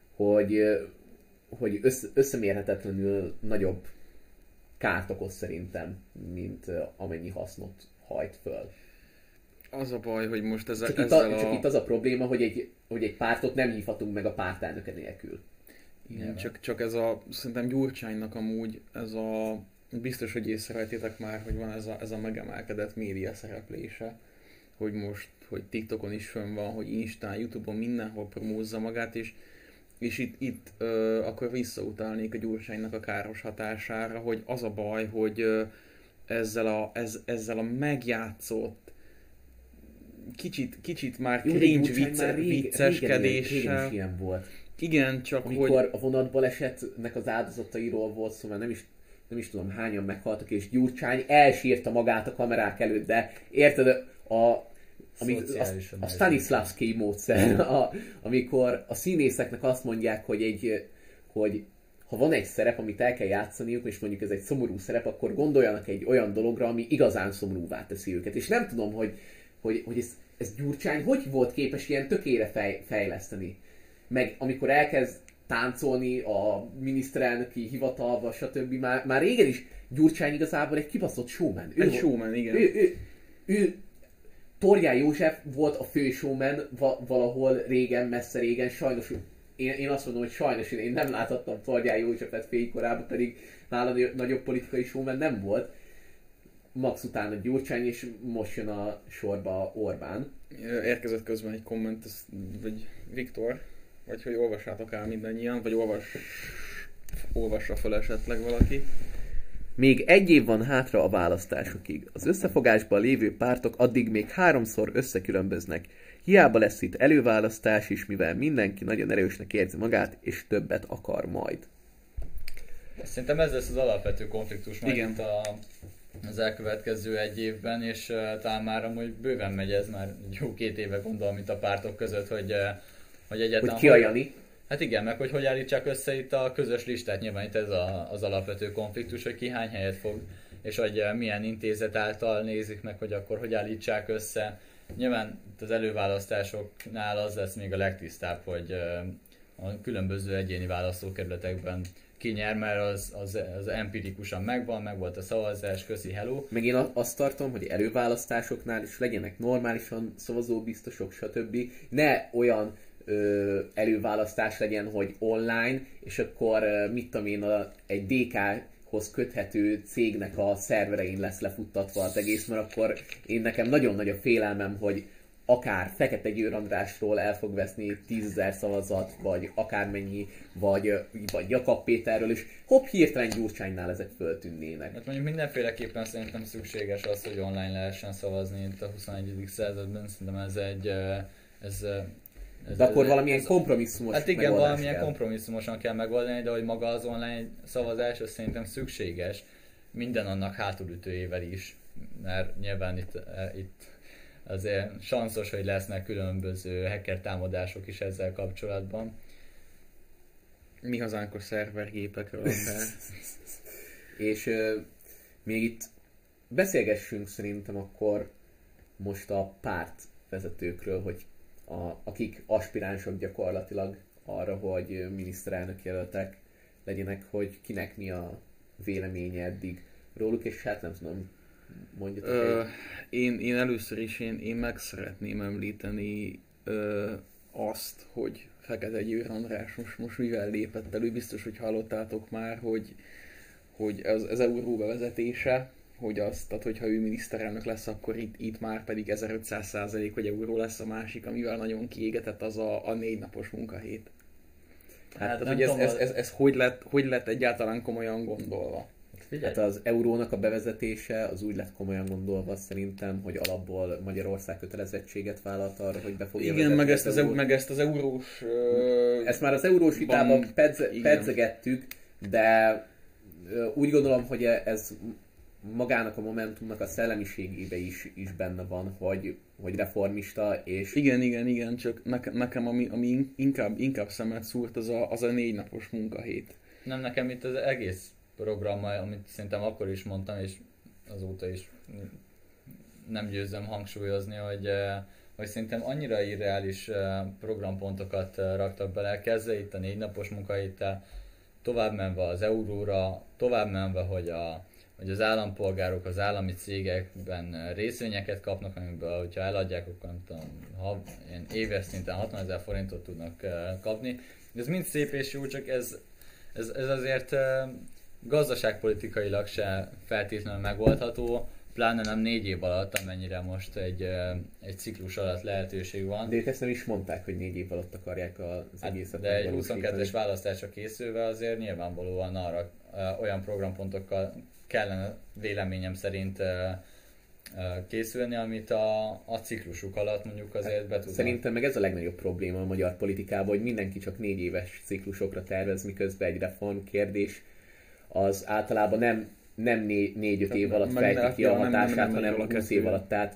hogy összemérhetetlenül nagyobb kárt okoz szerintem, mint amennyi hasznot hajt föl. Az a baj, hogy most Csak itt az a probléma, hogy egy pártot nem hívhatunk meg a pártelnöke nélkül. Igen, csak szerintem Gyurcsánynak amúgy biztos, hogy észrevettétek már, hogy van ez a megemelkedett média szereplése, hogy TikTokon is fönn van, hogy Instán, Youtube-on mindenhol promózza magát, és itt akkor visszautalnék a Gyurcsánynak a káros hatására, hogy az a baj, hogy ezzel a megjátszott, kicsit már cringe vicceskedéssel. Régen ilyen volt. Igen, csak amikor a vonatbalesetnek az áldozatairól volt szó, mert nem is tudom hányan meghaltak, és Gyurcsány elsírta magát a kamerák előtt, de érted, a Stanislavski módszer, amikor a színészeknek azt mondják, hogy ha van egy szerep, amit el kell játszaniuk, és mondjuk ez egy szomorú szerep, akkor gondoljanak egy olyan dologra, ami igazán szomorúvá teszi őket. És nem tudom, hogy ez Gyurcsány hogy volt képes ilyen tökére fejleszteni. Meg amikor elkezd táncolni a miniszterelnöki hivatalba, stb. Már régen is Gyurcsány igazából egy kibaszott showman. Showman, igen. Ő Torján József volt a fő showman valahol régen, messze régen, sajnos én azt mondom, hogy sajnos én nem láthattam Torján Józsefet fénykorában, pedig nála nagyobb politikai showman nem volt. Max utána Gyurcsány, és most jön a sorba Orbán. Érkezett közben egy komment, vagy Viktor, vagy hogy olvassátok el mindannyian, vagy olvassa fel esetleg valaki. Még egy év van hátra a választásokig. Az összefogásban lévő pártok addig még 3-szor összekülönböznek. Hiába lesz itt előválasztás is, mivel mindenki nagyon erősnek érzi magát, és többet akar majd. Szerintem ez lesz az alapvető konfliktus majd itt az elkövetkező egy évben, és talán már amúgy bőven megy ez, már jó 2 éve gondolom itt a pártok között, hogy egyáltalán... Hogy ki a Jani? Hát igen, meg hogy állítsák össze itt a közös listát, nyilván itt ez az alapvető konfliktus, hogy ki hány helyet fog, és hogy milyen intézet által nézik meg, hogy akkor hogy állítsák össze. Nyilván az előválasztásoknál az lesz még a legtisztább, hogy a különböző egyéni választókerületekben ki nyer, mert az empirikusan megvolt a szavazás, köszi, hello. Meg én azt tartom, hogy előválasztásoknál is legyenek normálisan szavazóbiztosok, stb. Ne olyan előválasztás legyen, hogy online, és akkor mit tudom én, egy DK-hoz köthető cégnek a szerverein lesz lefuttatva az egész, mert akkor nekem nagyon nagy a félelmem, hogy akár Fekete Győr Andrásról el fog veszni 10 000 szavazat, vagy akármennyi, vagy Jakab Péterről, és hopp, hirtelen Gyurcsánynál ezek föltűnnének. Hát mondjuk mindenféleképpen szerintem szükséges az, hogy online lehessen szavazni itt a 21. században, szerintem de akkor valamilyen kompromisszumos hát igen, valamilyen kompromisszumosan kell megoldani, de hogy maga az online szavazás, az szerintem szükséges minden annak hátulütőjével is, mert nyilván itt azért sanszos, hogy lesznek különböző hacker támadások is ezzel kapcsolatban. Mi hazánkos szervergépekről. És még itt beszélgessünk szerintem akkor most a párt vezetőkről, hogy akik aspiránsok gyakorlatilag arra, hogy miniszterelnök jelöltek legyenek, hogy kinek mi a véleménye eddig róluk, és hát nem tudom, mondjatok. Én először is én meg szeretném említeni azt, hogy Fekete Győr András most mivel lépett elő, biztos, hogy hallottátok már, hogy az euró bevezetése, tehát hogyha ő miniszterelnök lesz, akkor itt már pedig 1500%, hogy euró lesz a másik, amivel nagyon kiégetett, az a 4 napos munkahét. Hát nem hogy tudom, ez hogy lett egyáltalán komolyan gondolva? figyelj, Hát az eurónak a bevezetése az úgy lett komolyan gondolva szerintem, hogy alapból Magyarország kötelezettséget vállalt arra, hogy be fogja Igen, vezetni meg ezt az eurós... Ezt már az eurós vitában igen. pedzegettük, de úgy gondolom, hogy ez magának a Momentumnak a szellemiségébe is benne van, hogy reformista, és... Igen, csak nekem ami inkább szemet szúrt, az a 4 napos munkahét. nem, nekem itt az egész programmal, amit szerintem akkor is mondtam, és azóta is nem győzöm hangsúlyozni, hogy szerintem annyira irreális programpontokat raktak bele, kezdve itt a 4 napos munkahéttel, tovább menve az euróra, tovább menve, hogy az állampolgárok az állami cégekben részvényeket kapnak, amiből, hogyha eladják, akkor nem tudom, ilyen éves szinten 60 000 forintot tudnak kapni. Ez mind szép és jó, csak ez azért gazdaságpolitikailag se feltétlenül megoldható, pláne nem 4 év alatt, amennyire most egy ciklus alatt lehetőség van. De ők ezt nem is mondták, hogy 4 év alatt akarják az egészet De egy megvalósítani. 22-es választásra készülve azért nyilvánvalóan arra olyan programpontokkal kellene véleményem szerint készülni, amit a ciklusuk alatt mondjuk azért be tudnak. Szerintem meg ez a legnagyobb probléma a magyar politikában, hogy mindenki csak 4 éves ciklusokra tervez, miközben egy reformkérdés az általában nem 4-5 év alatt fejti ki a hatását, hanem 20 év alatt. Tehát,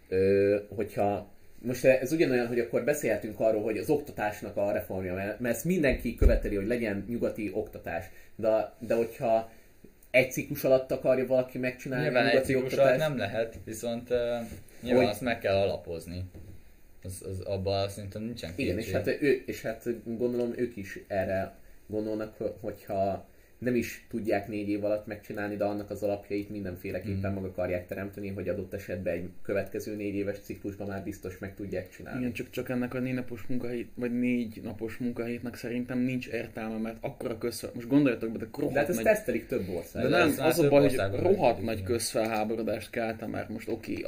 hogyha most ez ugyanolyan, hogy akkor beszélhetünk arról, hogy az oktatásnak a reformja, mert ezt mindenki követeli, hogy legyen nyugati oktatás. De hogyha egy ciklus alatt akarja valaki megcsinálni nyilván a egy nyugati ciklus oktatást, alatt nem lehet, viszont nyilván hogy- azt meg kell alapozni. Az abban szerintem nincsen igen, kétség. és hát gondolom ők is erre gondolnak, hogyha nem is tudják 4 év alatt megcsinálni, de annak az alapjait mindenféleképpen meg akarják teremteni, hogy adott esetben egy következő 4 éves ciklusban már biztos meg tudják csinálni. Igen, csak ennek a 4 napos munkahét, vagy 4 napos munkahétnek szerintem nincs értelme, mert akkora most gondoljatok be, de De rohadt hát ezt nagy... tesztelik több ország. De De nem, ez már az a több baj, hogy országban rohadt működik, nagy igen. közfelháborodást keltem, mert most oké,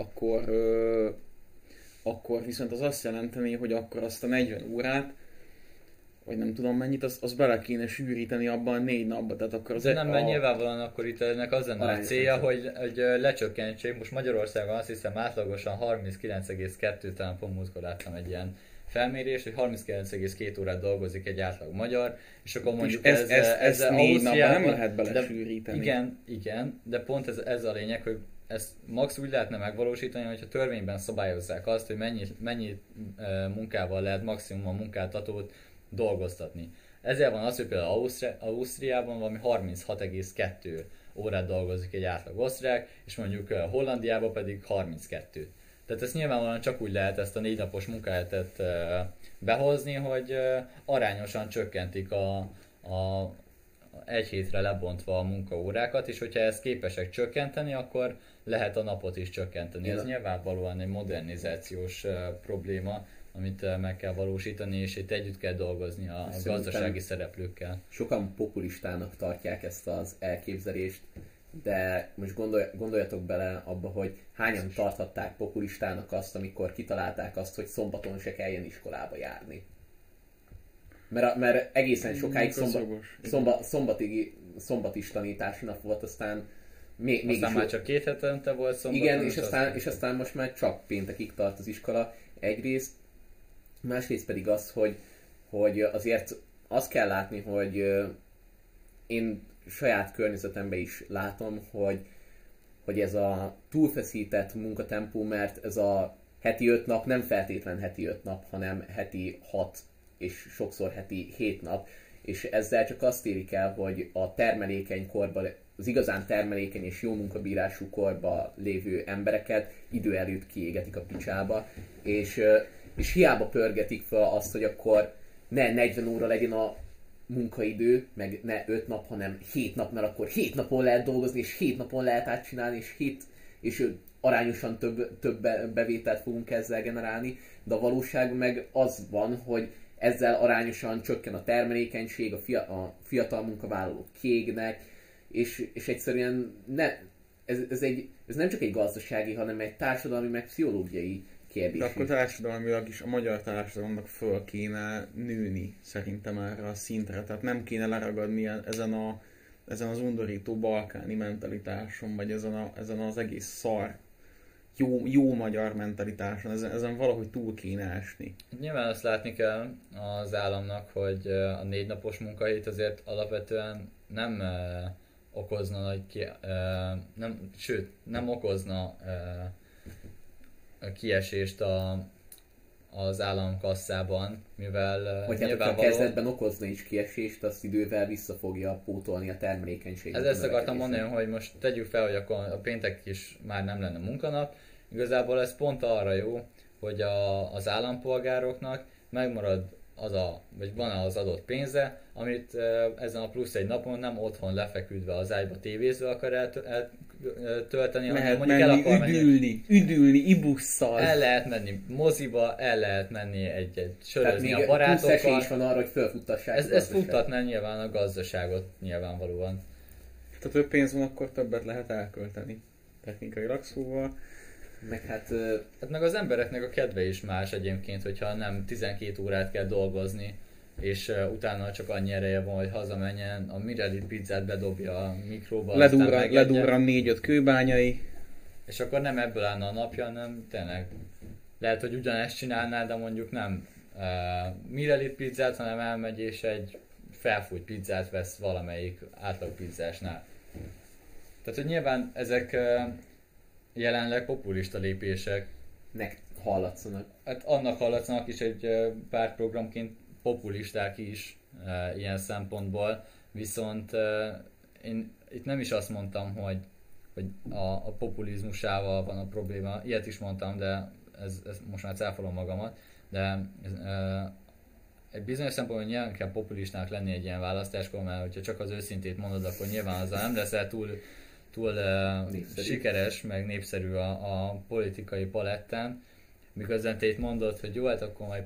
akkor viszont az azt jelenteni, hogy akkor azt a 40 órát, vagy nem tudom mennyit, az bele kéne sűríteni abban a 4 napba, tehát akkor az... De nem, mert nyilvánvalóan akkor itt ennek az lenne a Arányosan célja, csak. hogy lecsökkentsék. Most Magyarországon azt hiszem átlagosan 39,2, talán pont múltkor láttam egy ilyen felmérés, hogy 39,2 órát dolgozik egy átlag magyar, és akkor mondjuk ez 4 napban nem Ausztriában- lehet de belesűríteni. igen, de pont ez a lényeg, hogy ezt max úgy lehetne megvalósítani, hogyha törvényben szabályozzák azt, hogy mennyi munkával lehet maximum a munkáltatót dolgoztatni. Ezért van az, hogy például Ausztriában valami 36,2 órát dolgozik egy átlag osztrák, és mondjuk Hollandiában pedig 32. Tehát ezt nyilvánvalóan csak úgy lehet ezt a 4 napos munkahetet behozni, hogy arányosan csökkentik a egy hétre lebontva a munkaórákat, és hogyha ezt képesek csökkenteni, akkor lehet a napot is csökkenteni. Ez nyilvánvalóan egy modernizációs probléma, amit meg kell valósítani, és itt együtt kell dolgozni a Szerintem- gazdasági szereplőkkel. Sokan populistának tartják ezt az elképzelést, de most gondoljatok bele abba, hogy hányan tarthatták populistának azt, amikor kitalálták azt, hogy szombaton se kelljen iskolába járni. Mert egészen sokáig szombatig tanítási nap volt, aztán mégis... Aztán már csak 2 hetente volt szombaton. Igen, és aztán most már csak péntekig tart az iskola egyrészt, másrészt pedig az, hogy azért azt kell látni, hogy én saját környezetemben is látom, hogy ez a túlfeszített munkatempó, mert ez a heti 5 nap nem feltétlen heti 5 nap, hanem heti 6 és sokszor heti 7 nap, és ezzel csak azt érik el, hogy a termelékeny korban, az igazán termelékeny és jó munkabírású korban lévő embereket idő előtt kiégetik a picsába, és hiába pörgetik fel azt, hogy akkor ne 40 óra legyen a munkaidő, meg ne 5 nap, hanem 7 nap, mert akkor 7 napon lehet dolgozni, és 7 napon lehet átcsinálni, és arányosan több bevételt fogunk ezzel generálni, de a valóságban meg az van, hogy ezzel arányosan csökken a termelékenység, a fiatal munkavállalók kiégnek, és egyszerűen ez nem csak egy gazdasági, hanem egy társadalmi, meg pszichológiai kérdés. De akkor társadalmilag is a magyar társadalomnak föl kéne nőni szerintem erre a szintre. Tehát nem kéne leragadni ezen az undorító balkáni mentalitáson, vagy ezen az egész szar, jó magyar mentalitáson, ezen valahogy túl kéne esni. Nyilván azt látni kell az államnak, hogy a 4 napos munkahét azért alapvetően nem okozna nem okozna kiesést az államkasszában, mivel hogy hát, a kezdetben okozna is kiesést, azt idővel vissza fogja pótolni a termelékenységet. Ezt akartam mondani, hogy most tegyük fel, hogy akkor a péntek is már nem lenne munkanap. Igazából ez pont arra jó, hogy az állampolgároknak megmarad vagy van az adott pénze, amit ezen a plusz egy napon nem otthon lefeküdve az ágyba tévézve akar eltölteni, lehet mondjuk menni üdülni ibusszal. El lehet menni moziba, el lehet menni egy sörözni a barátokkal. Tehát még is van arra, hogy felfuttassák ez futtatná nyilván a gazdaságot nyilvánvalóan. Ha több pénz van, akkor többet lehet elkölteni. Technikailag szóval. Meg hát meg az embereknek a kedve is más egyébként, hogyha nem 12 órát kell dolgozni, és utána csak annyi ereje van, hogy hazamenjen, a Mirelit pizzát bedobja a mikróba, ledurran 4-5 kőbányai. És akkor nem ebből állna a napja, hanem tényleg lehet, hogy ugyanezt csinálná, de mondjuk nem Mirelit pizzát, hanem elmegy és egy felfújt pizzát vesz valamelyik átlag pizzásnál. Tehát, hogy nyilván ezek jelenleg populista lépések. Hallatszanak. Hát annak hallatszanak is egy pártprogramként populisták is ilyen szempontból, viszont én itt nem is azt mondtam, hogy a populizmusával van a probléma, ilyet is mondtam, de ez most már cáfolom magamat, de egy bizonyos szempontból nyilván kell populistának lenni egy ilyen választáskor, mert hogyha csak az őszintét mondod, akkor nyilván azzal nem leszel túl sikeres, meg népszerű a politikai palettán, miközben te itt mondod, hogy jó, hát akkor majd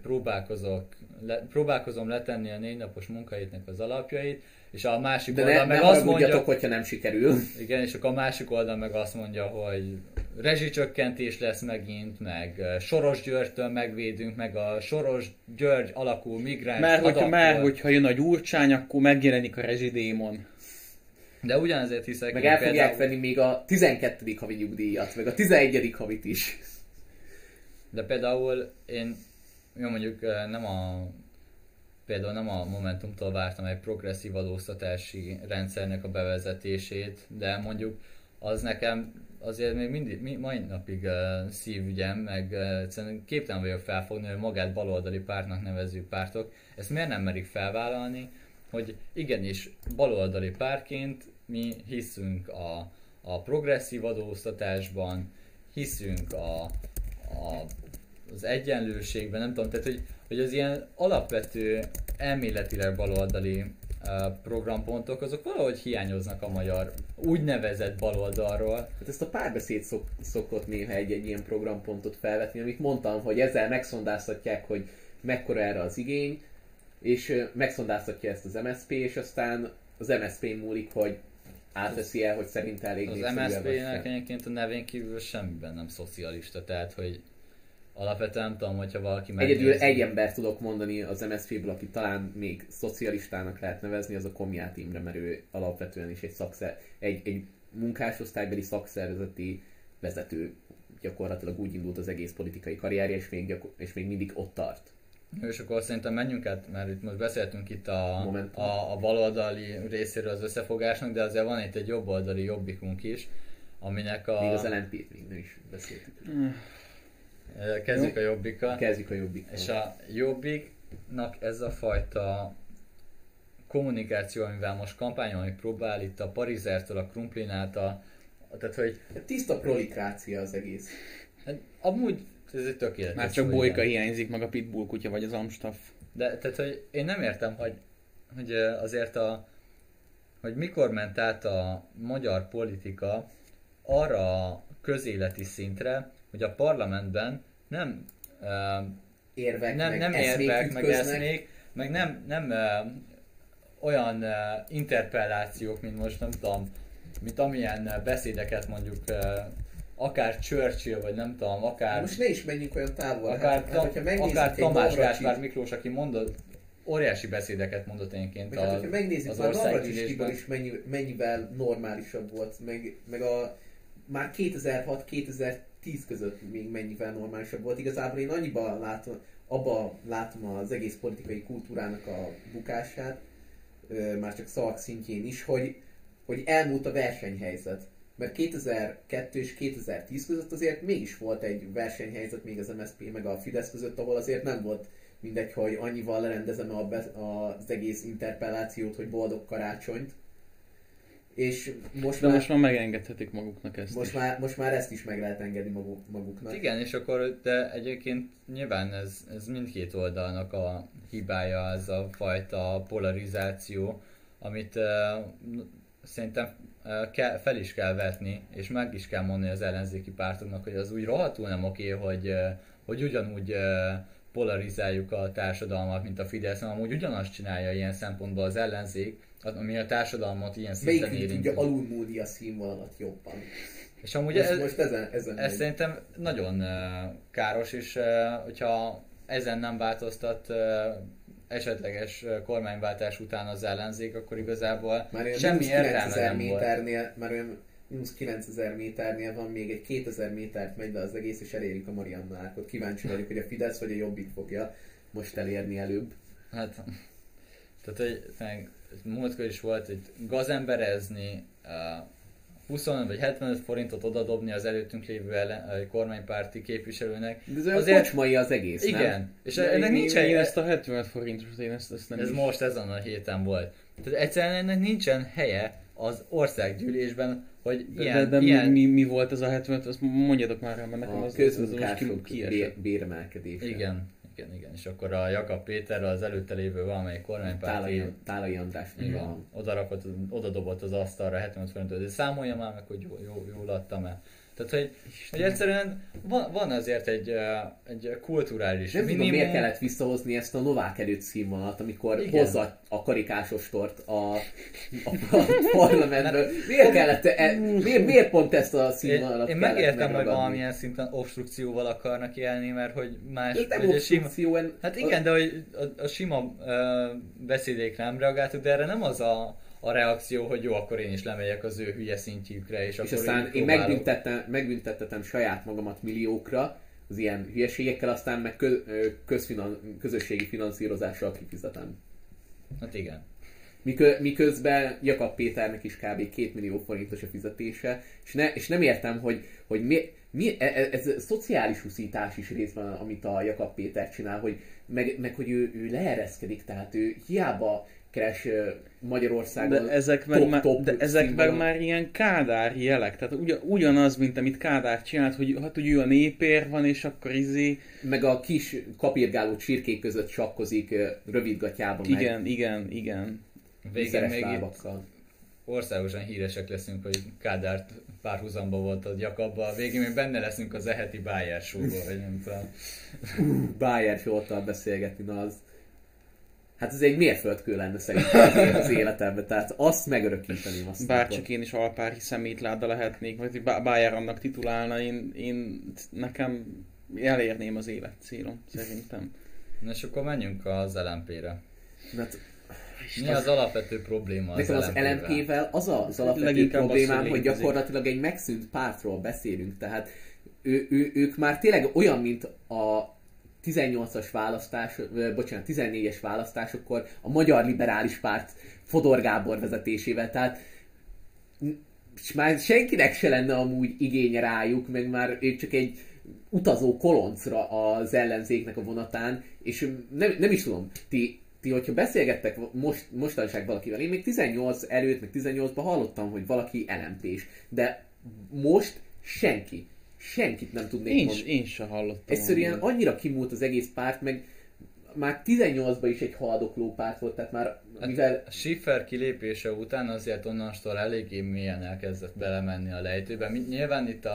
próbálkozom letenni a 4 napos munkahétnek az alapjait, és a másik oldal meg azt mondja, hogyha nem sikerül. Igen, és akkor a másik oldal meg azt mondja, hogy rezsicsökkentés lesz megint, meg Soros Györgytől megvédünk, meg a Soros György alakú migráns Már hogyha jön a Gyurcsány, akkor megjelenik a rezsidémon. De ugyanezért hiszek... Meg el fogják venni még a 12. havi nyugdíjat, meg a 11. havit is. De például én mondjuk például nem a Momentumtól vártam egy progresszív adóztatási rendszernek a bevezetését, de mondjuk az nekem azért még mai napig szívügyem, meg egyszerűen képtelen vagyok felfogni, hogy magát baloldali pártnak nevező pártok ezt miért nem merik felvállalni, hogy igenis baloldali pártként mi hiszünk a progresszív adóztatásban, hiszünk az egyenlőségben, nem tudom, tehát hogy az ilyen alapvető elméletileg baloldali programpontok, azok valahogy hiányoznak a magyar úgynevezett baloldalról. Hát ezt a Párbeszéd szokott néha egy ilyen programpontot felvetni, amit mondtam, hogy ezzel megszondáztatják, hogy mekkora erre az igény, és megszondáztatja ezt az MSZP, és aztán az MSZP múlik, hogy átveszi el, hogy szerint elég népszerűen. Az MSZP-nek egyébként a nevén kívül semmiben nem szocialista, tehát hogy alapvetően nem tudom, hogyha valaki megnézi. Egyedül egy ember tudok mondani az MSZP-ből, aki talán még szocialistának lehet nevezni, az a Komját Imre, mert ő alapvetően is egy munkásosztálybeli szakszervezeti vezető. Gyakorlatilag úgy indult az egész politikai karrierje, és még mindig ott tart. És akkor szerintem menjünk át, mert itt most beszéltünk itt a baloldali részéről az összefogásnak, de azért van itt egy jobboldali jobbikunk is, aminek még az LNP-t még nem is beszéltük. Kezdjük a jobbikkal. Kezdjük a jobbikkal. És a jobbiknak ez a fajta kommunikáció, amivel most kampányolni próbál, itt a Parizertől, a Krumplinától, tehát hogy... Tiszta prolikrácia az egész. Hát, amúgy ez egy tökéletes. Már csak Bolyka hiányzik, meg a Pitbull kutya, vagy az Amstaff. De tehát, hogy én nem értem, hogy azért hogy mikor ment át a magyar politika arra a közéleti szintre, hogy a parlamentben nem érvek, meg eszmék, meg nem olyan interpellációk, mint most nem tudom, mint amilyen beszédeket mondjuk akár Churchill, vagy nem tudom, akár... Most ne is menjünk olyan távol. Akár Tamás Gáspár Miklós, aki mondott, óriási beszédeket mondott egyébként ha megnézzük, az már országgyűlésben is mennyivel normálisabb volt, meg a már 2006-2010 között még mennyivel normálisabb volt. Igazából én abban látom az egész politikai kultúrának a bukását, már csak szavak szintjén is, hogy elmúlt a versenyhelyzet. Mert 2002 és 2010 között azért mégis volt egy versenyhelyzet még az MSZP meg a Fidesz között, ahol azért nem volt mindegy, hogy annyival lerendezem az egész interpellációt, hogy boldog karácsonyt. És most már megengedhetik maguknak ezt most már ezt is meg lehet engedni maguknak. Igen, és akkor, de egyébként nyilván ez mindkét oldalnak a hibája, ez a fajta polarizáció, amit szerintem fel is kell vetni, és meg is kell mondani az ellenzéki pártoknak, hogy az úgy rohadtul nem oké, hogy ugyanúgy polarizáljuk a társadalmat, mint a Fidesz, hanem amúgy ugyanazt csinálja ilyen szempontból az ellenzék, ami a társadalmat ilyen szinten érinti. Melyik tudja alulmúlni a színvonalat jobban? És amúgy ez szerintem nagyon káros, és hogyha ezen nem változtat esetleges kormányváltás után az ellenzék, akkor igazából semmi értelme nem volt. Már olyan mínusz 9000 méternél van még egy 2000 métert megy le az egész, és elérik a Marianna árkot. Kíváncsi vagyok, hogy a Fidesz vagy a Jobbik fogja most elérni előbb. Hát, tehát hogy múltkor is volt, hogy gazemberezni, 20 vagy 75 forintot odadobni az előttünk lévő kormánypárti képviselőnek. De ez azért kocsmai az egész, igen. Nem? És ennek nincsen... Én ezt a 75 forintos, én ezt nem ez is... most ezen a héten volt. Tehát egyszerűen ennek nincsen helye az országgyűlésben, hogy ilyen... Mi volt ez a 75, azt mondjátok már, mert nekem az közmunkások béremelkedése. Igen. És akkor a Jakab Péter az előtte lévő valamelyik kormánypárti Tálai András odadobott az asztalra 75 forintot, de számolja már meg, hogy jól adtam-e. Tehát, hogy egyszerűen van azért egy kulturális nem minimum. Tudom, miért kellett visszahozni ezt a Novák előtt színvonalat, amikor hozza a karikásos tort a parlamentből. Miért kellett, miért pont ezt a színvonalat Én megértem, hogy valamilyen szinten obstrukcióval akarnak élni, mert hogy más... Ez nem obstrukció. Hát igen, de hogy a sima beszédékre nem reagáltuk, de erre nem az a reakció, hogy jó, akkor én is lemegyek az ő hülye szintjükre, és akkor aztán én megbüntettetem saját magamat milliókra az ilyen hülyeségekkel, aztán meg közösségi finanszírozással kifizetem. Hát igen. Miközben Jakab Péternek is kb. 2 millió forintos a fizetése, és nem értem, hogy ez szociális huszítás is részben, amit a Jakab Péter csinál, hogy meg hogy ő leereszkedik, tehát ő hiába keres Magyarországon de ezek meg már ilyen Kádár jelek, tehát ugyanaz, mint amit Kádár csinált, hogy hát úgy a népér van, és akkor meg a kis kapirgáló csirkék között sakkozik rövidgatjában Igen. Végén még itt országosan híresek leszünk, hogy Kádár párhuzamba volt a Jakabban, végén még benne leszünk az eheti Bayer show-ból, vagy nem tudom. Bayer show-tal beszélgetni, na az... Hát ez egy mérföldkő lenne szerintem az életemben, tehát azt megörökíteném. Bárcsak én is alpári szemétláda lehetnék, vagy Bayer annak titulálna, én nekem elérném az életcélom, szerintem. Na és akkor menjünk az LMP-re. Hát, mi az alapvető probléma nekem az LMP-vel? Az alapvető problémám, hogy gyakorlatilag egy megszűnt pártról beszélünk, tehát ők már tényleg olyan, mint a 18-as választás, 14-es választásokkor a Magyar Liberális Párt Fodor Gábor vezetésével, tehát és már senkinek se lenne amúgy igénye rájuk, meg már ők csak egy utazó koloncra az ellenzéknek a vonatán, és nem is tudom, ti hogyha beszélgettek mostanság valakivel, én még 18 előtt, meg 18-ban hallottam, hogy valaki LMP-s, de most senkit nem tudnék mondani. Én sem hallottam. Egyszerűen annyira kimúlt az egész párt, meg már 18-ban is egy haldokló párt volt, tehát már mivel... A Schiffer kilépése után azért onnantól eléggé mélyen elkezdett belemenni a lejtőbe. Nyilván itt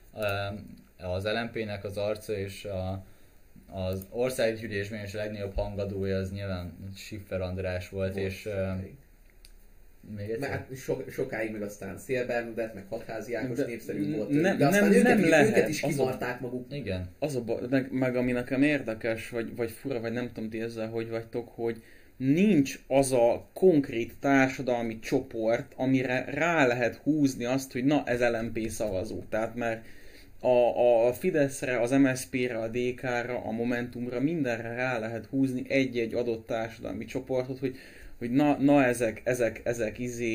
az LMP-nek az arca és az országgyűlésben is a legnagyobb hangadója az nyilván Schiffer András volt, és Még egyszer? Hát sokáig meg aztán Szél Bernadett, meg Hatházi Ákos népszerű volt. De aztán őket is kimarták maguk. Igen. Meg ami nekem érdekes, vagy fura, vagy nem tudom ti ezzel hogy vagytok, hogy nincs az a konkrét társadalmi csoport, amire rá lehet húzni azt, hogy na, ez LMP szavazó. Tehát mert a Fideszre, az MSZP-re, a DK-ra, a Momentumra, mindenre rá lehet húzni egy-egy adott társadalmi csoportot, hogy na ezek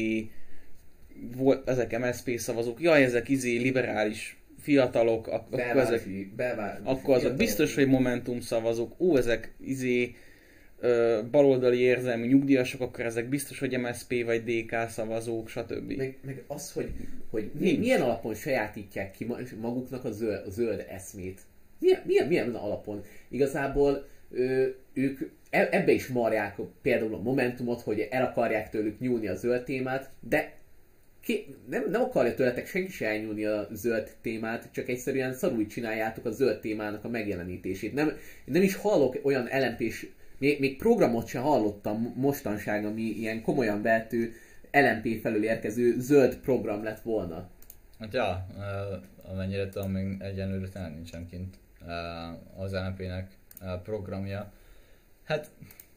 ezek MSZP szavazók, jaj, ezek liberális fiatalok, akkor azok biztos, hogy Momentum szavazók, ezek baloldali érzelmű nyugdíjasok, akkor ezek biztos, hogy MSZP vagy DK szavazók, stb. Meg az, hogy milyen alapon sajátítják ki maguknak a zöld eszmét. Milyen alapon? Igazából ők ebbe is marják például a Momentumot, hogy el akarják tőlük nyúlni a zöld témát, de nem akarja tőletek senki se elnyúlni a zöld témát, csak egyszerűen szarul csináljátok a zöld témának a megjelenítését. Nem is hallok olyan LMP-s, még programot sem hallottam mostanság, ami ilyen komolyan vehető LMP felől érkező zöld program lett volna. Hát ja, amennyire tudom, még egyenlőre talán nincsen kint az LMP-nek programja. Hát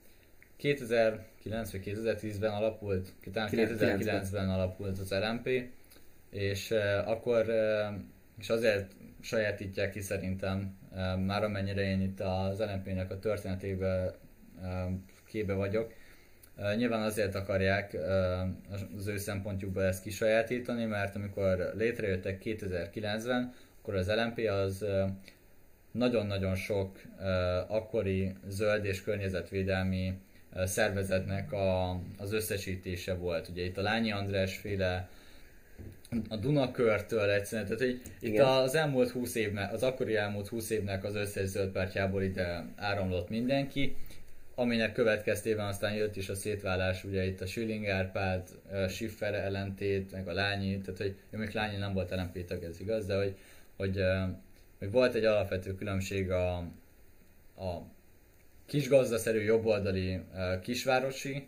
2009 vagy 2010-ben alapult, talán 2009-ben alapult az LMP, és akkor és azért sajátítják ki szerintem, már amennyire én itt az LMP-nek a történetében képbe vagyok. Nyilván azért akarják az ő szempontjukból ezt kisajátítani, mert amikor létrejöttek 2009-ben, akkor az LMP az nagyon-nagyon sok akkori zöld és környezetvédelmi szervezetnek az összesítése volt. Ugye itt a Lányi András féle, a Dunakörtől egyszerűen, tehát hogy itt az elmúlt 20 évnek, az akkori elmúlt 20 évnek az összes zöldpártjából ide áramlott mindenki, aminek következtében aztán jött is a szétválás, ugye itt a Schilling Árpád, Schiffer ellentét, meg a Lányi, tehát hogy még Lányi nem volt LMP tag, ez igaz, de hogy volt egy alapvető különbség a kisgazdaszerű jobboldali kisvárosi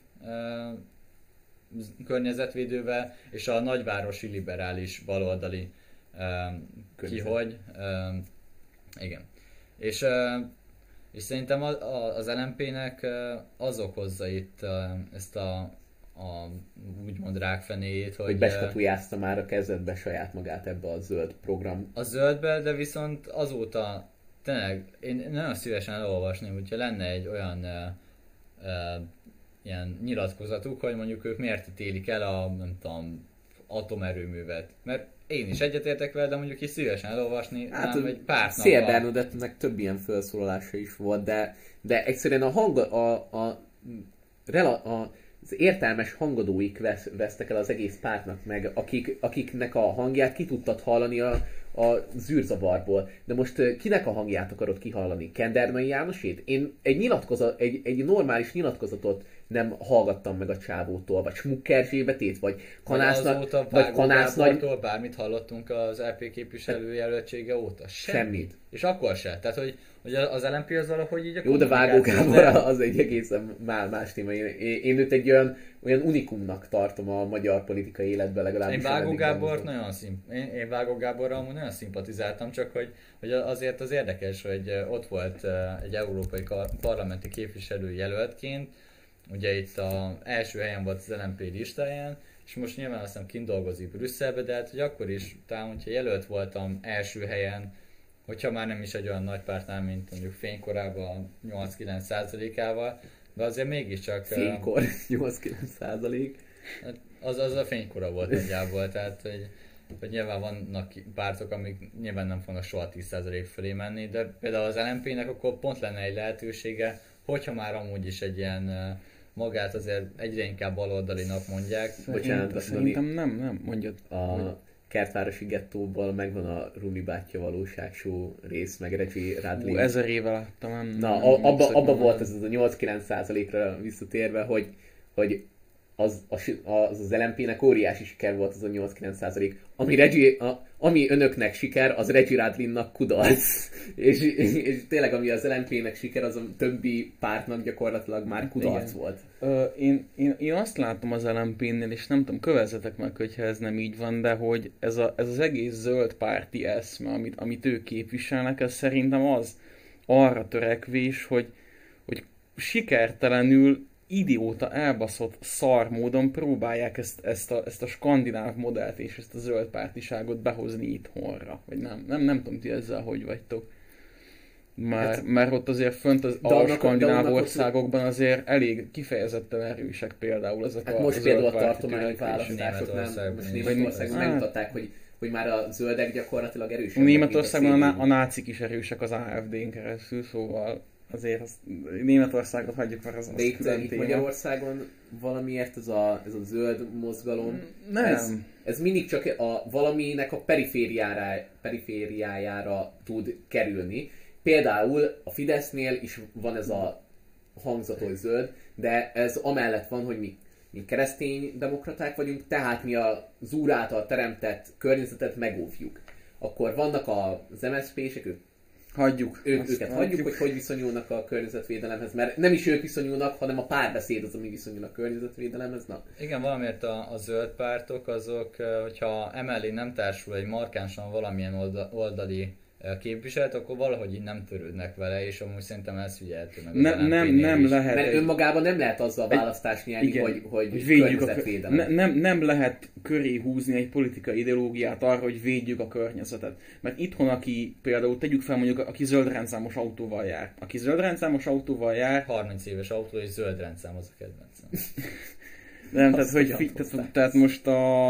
környezetvédővel, és a nagyvárosi liberális baloldali kihogy. Igen. És szerintem az LMP-nek az okozza itt ezt a úgymond rákfenéjét, hogy beskatujázta már a kezdetbe saját magát ebbe a zöld program. A zöldbe, de viszont azóta tényleg én nagyon szívesen elolvasném, hogyha lenne egy olyan ilyen nyilatkozatuk, hogy mondjuk ők miért ítélik el a, nem tudom, atomerőművet. Mert én is egyetértek vele, de mondjuk is szívesen elolvasni, hát, egy pár napban. Szél Bernadettnek több ilyen felszólalása is volt, de egyszerűen az értelmes hangadóik vesztek el az egész pártnak meg, akiknek a hangját ki tudtad hallani a zűrzavarból. De most kinek a hangját akarod kihallani? Kendernai Jánosét? Én egy normális nyilatkozatot nem hallgattam meg a csávótól, vagy Smuk Erzsébetét, vagy Kanász nagy... bármit hallottunk az LP képviselőjelöltsége óta? Semmit. És akkor se. Tehát, hogy az LMP az valahogy így a jó, de Vágó Gábor az egy egészen más téma. Én őt egy olyan unikumnak tartom a magyar politikai életben legalábbis. Én Vágó Gábort én Vágó Gáborral amúgy nagyon szimpatizáltam, csak hogy azért az érdekes, hogy ott volt egy európai parlamenti képviselő jelöltként, ugye itt az első helyen volt az LMP listáján, és most nyilván azt hiszem kint dolgozik Brüsszelbe, de hát hogy akkor is, talán hogyha jelölt voltam első helyen, hogyha már nem is egy olyan nagy pártnál, mint mondjuk fénykorában 8-9%-ával, de azért mégiscsak... Fénykor 8-9%? Az a fénykora volt nagyjából, tehát hogy nyilván vannak pártok, amik nyilván nem fognak soha 10% fölé menni, de például az LMP-nek akkor pont lenne egy lehetősége, hogyha már amúgy is egy ilyen magát azért egyre inkább baloldalinak mondják. Bocsánat, szerintem nem mondjad. A Kertvárosi gettóból megvan a Rumi bátyja valóságshow rész, meg Reggie Radley. 1000 éve láttam. Abba volt ez a 8-9%-ra visszatérve, hogy az LMP-nek óriási siker volt az a 8-9%. Ami önöknek siker, az Reggie Radlinnak kudarc. és tényleg ami az LMP-nek siker, az a többi pártnak gyakorlatilag már kudarc volt. Én azt látom az LMP-nél, és nem tudom, kövezzetek meg, hogyha ez nem így van, de hogy ez az egész zöld párti eszme, amit ők képviselnek, ez szerintem az arra törekvés, hogy sikertelenül idióta, elbaszott szar módon próbálják ezt a skandináv modellt és ezt a zöld pártiságot behozni itthonra. Vagy nem tudom, ti ezzel hogy vagytok. Mert ott azért fönt a skandináv országokban azért elég kifejezetten erősek például ezek hát most például a tartományi választások Németországban megmutatták, hogy már a zöldek gyakorlatilag erősek. Németországban a nácik is erősek az AfD-n keresztül, szóval azért Németországot hagyjuk már az itt Magyarországon valamiért ez a zöld mozgalom, nem. Ez mindig csak valaminek a perifériájára tud kerülni. Például a Fidesznél is van ez a hangzatos zöld, de ez amellett van, hogy mi keresztény demokraták vagyunk, tehát mi az Úr által teremtett környezetet megóvjuk. Akkor vannak az MSZP-sek, őket hagyjuk, hogy viszonyulnak a környezetvédelemhez, mert nem is ők viszonyulnak, hanem a párbeszéd az, ami viszonyul a környezetvédelemhez. Na. Igen, valamiért a zöld pártok azok, hogyha emellé nem társul egy markánsan valamilyen oldali képviselet, akkor valahogy így nem törődnek vele, és amúgy szerintem ez figyelhető meg. Nem lehet. Mert önmagában nem lehet azzal választást nyerni, hogy környezetvédelem. Nem lehet köré húzni egy politikai ideológiát arra, hogy védjük a környezetet. Mert itthon, aki például tegyük fel mondjuk, aki zöld rendszámos autóval jár. 30 éves autó és zöld rendszám az a kedvencem. Nem, tehát most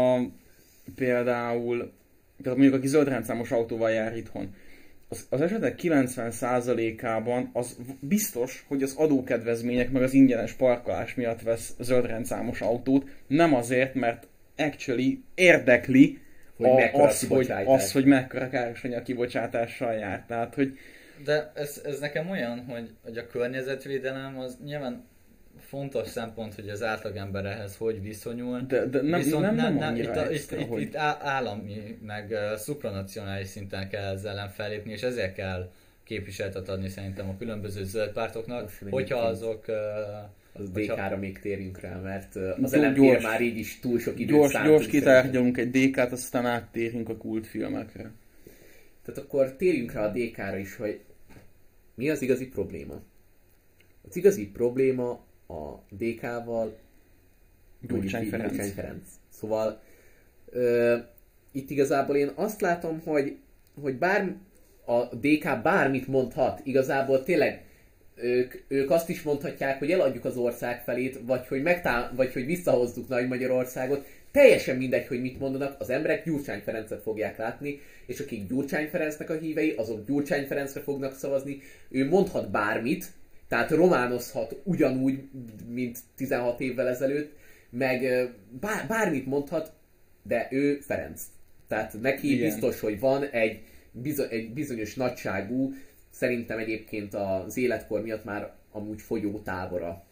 például mondjuk aki zöld rendszámos autóval jár itthon, az esetek 90%-ában az biztos, hogy az adókedvezmények meg az ingyenes parkolás miatt vesz zöld rendszámos autót, nem azért, mert actually érdekli hogy mekkora károsanyag kibocsátással jár. Tehát, hogy... De ez nekem olyan, hogy a környezetvédelem az nyilván fontos szempont, hogy az átlagember ehhez hogy viszonyul. De nem annyira itt állami, meg szupranacionális szinten kell ezzel ellen fellépni, és ezért kell képviseletet adni szerintem a különböző zöld pártoknak, hogyha azok... Az DK-ra még térjünk rá, mert az LMP már így is túl sok időt szánt. Gyors kitárgyalunk egy DK-t, aztán áttérünk a kultfilmekre. Tehát akkor térjünk rá a DK-ra is, hogy mi az igazi probléma? Az igazi probléma a DK-val Gyurcsány Ferenc. Szóval itt igazából én azt látom, hogy bár a DK bármit mondhat, igazából tényleg ők azt is mondhatják, hogy eladjuk az ország felét, vagy hogy visszahozzuk Nagy Magyarországot. Teljesen mindegy, hogy mit mondanak, az emberek Gyurcsány Ferencet fogják látni, és akik Gyurcsány Ferencnek a hívei, azok Gyurcsány Ferencre fognak szavazni. Ő mondhat bármit, tehát románozhat ugyanúgy, mint 16 évvel ezelőtt, meg bármit mondhat, de ő Ferenc. Tehát neki igen. Biztos, hogy van egy bizonyos nagyságú, szerintem egyébként az életkor miatt már amúgy fogyó tábora.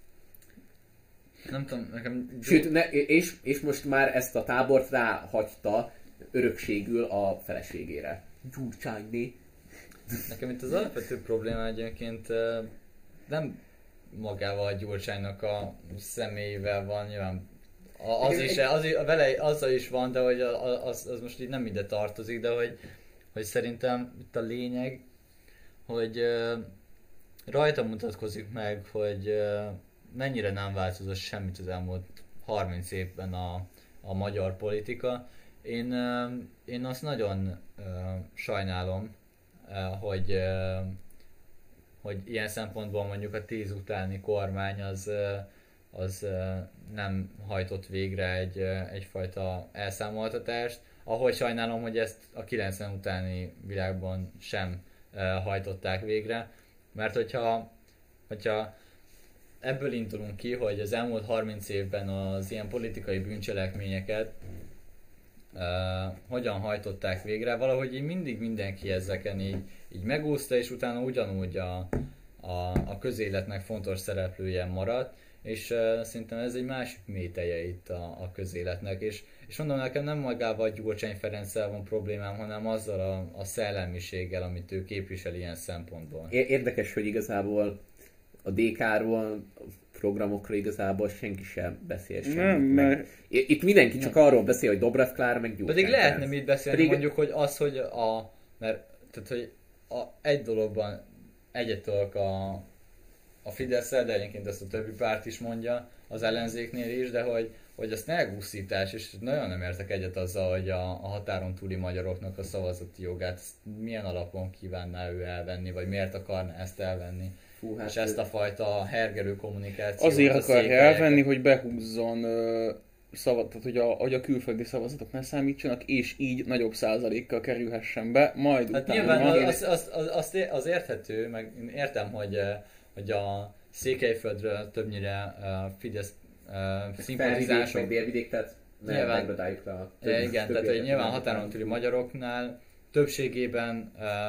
Nem tudom, nekem... Sőt, és most már ezt a tábort ráhagyta örökségül a feleségére. Gyurcsányné. Nekem itt az alapvető probléma egyébként nem magával a Gyurcsánynak a személyével van, nyilván azzal is van, de hogy az most így nem ide tartozik, de hogy szerintem itt a lényeg, hogy rajta mutatkozik meg, hogy mennyire nem változott semmit az elmúlt 30 évben a magyar politika. Én azt nagyon sajnálom, hogy ilyen szempontból mondjuk a 10 utáni kormány az nem hajtott végre egyfajta elszámoltatást, ahogy sajnálom, hogy ezt a 90 utáni világban sem hajtották végre, mert hogyha ebből indulunk ki, hogy az elmúlt 30 évben az ilyen politikai bűncselekményeket hogyan hajtották végre, valahogy így mindig mindenki ezeken így megúszta, és utána ugyanúgy a közéletnek fontos szereplője maradt, és szerintem ez egy másik méteje itt a közéletnek, és mondom, nekem nem magával Gyurcsány Ferenccel van problémám, hanem azzal a szellemiséggel, amit ő képvisel ilyen szempontból. Érdekes, hogy igazából a DK-ról, programokról igazából senki sem beszél semmit. Mert... Itt mindenki csak arról beszél, hogy Dobrev Klára meg Gyurcsány Pedig lehetne Ferenc. mit beszélni, mondjuk, hogy az, hogy tehát, hogy egy dologban egyetolok a Fidesz-el, de egyébként ezt a többi párt is mondja, az ellenzéknél is, de hogy ez elguszítás, és nagyon nem értek egyet azzal, hogy a határon túli magyaroknak a szavazati jogát milyen alapon kívánná ő elvenni, vagy miért akarná ezt elvenni. Fú, hát és ezt a fajta hergelő kommunikációt. Azért akarja elvenni, hogy behúzzon tehát hogy a külföldi szavazatok ne számítsanak, és így nagyobb százalékkal kerülhessen be, majd hát utána... Nyilván az érthető, meg én értem, hogy a Székelyföldről többnyire Fidesz szimpatizások... meg délvidék, tehát ne megradáljuk rá. Igen, tehát hogy nyilván határon túli magyaroknál többségében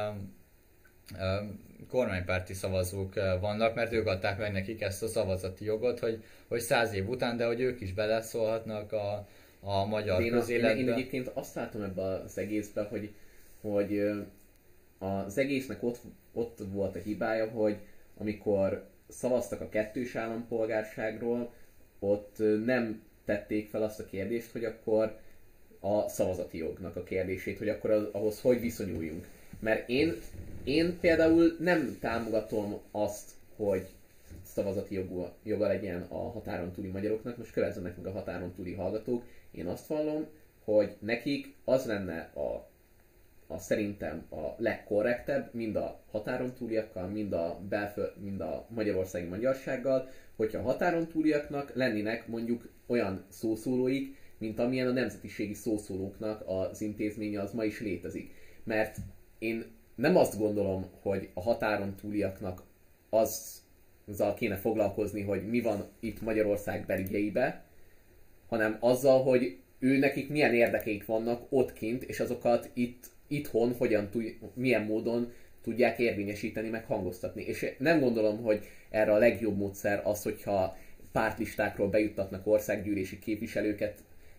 kormánypárti szavazók vannak, mert ők adták meg nekik ezt a szavazati jogot, hogy 100 év után, de hogy ők is beleszólhatnak a magyar közéletbe. Én egyébként azt látom ebben az egészben, hogy az egésznek ott volt a hibája, hogy amikor szavaztak a kettős állampolgárságról, ott nem tették fel azt a kérdést, hogy akkor a szavazati jognak a kérdését, hogy akkor ahhoz hogy viszonyuljunk. Mert én például nem támogatom azt, hogy szavazati joga legyen a határon túli magyaroknak, most kövezzenek meg a határon túli hallgatók. Én azt vallom, hogy nekik az lenne szerintem a legkorrektebb, mind a határon túliakkal, mind a magyarországi magyarsággal, hogyha a határon túliaknak lennének mondjuk olyan szószólóik, mint amilyen a nemzetiségi szószólóknak az intézménye az ma is létezik. Mert én nem azt gondolom, hogy a határon túliaknak azzal kéne foglalkozni, hogy mi van itt Magyarország belügyeibe, hanem azzal, hogy ő nekik milyen érdekeik vannak ott kint, és azokat itthon milyen módon tudják érvényesíteni, meg hangoztatni. És nem gondolom, hogy erre a legjobb módszer az, hogyha pártlistákról bejuttatnak országgyűlési képviselőket,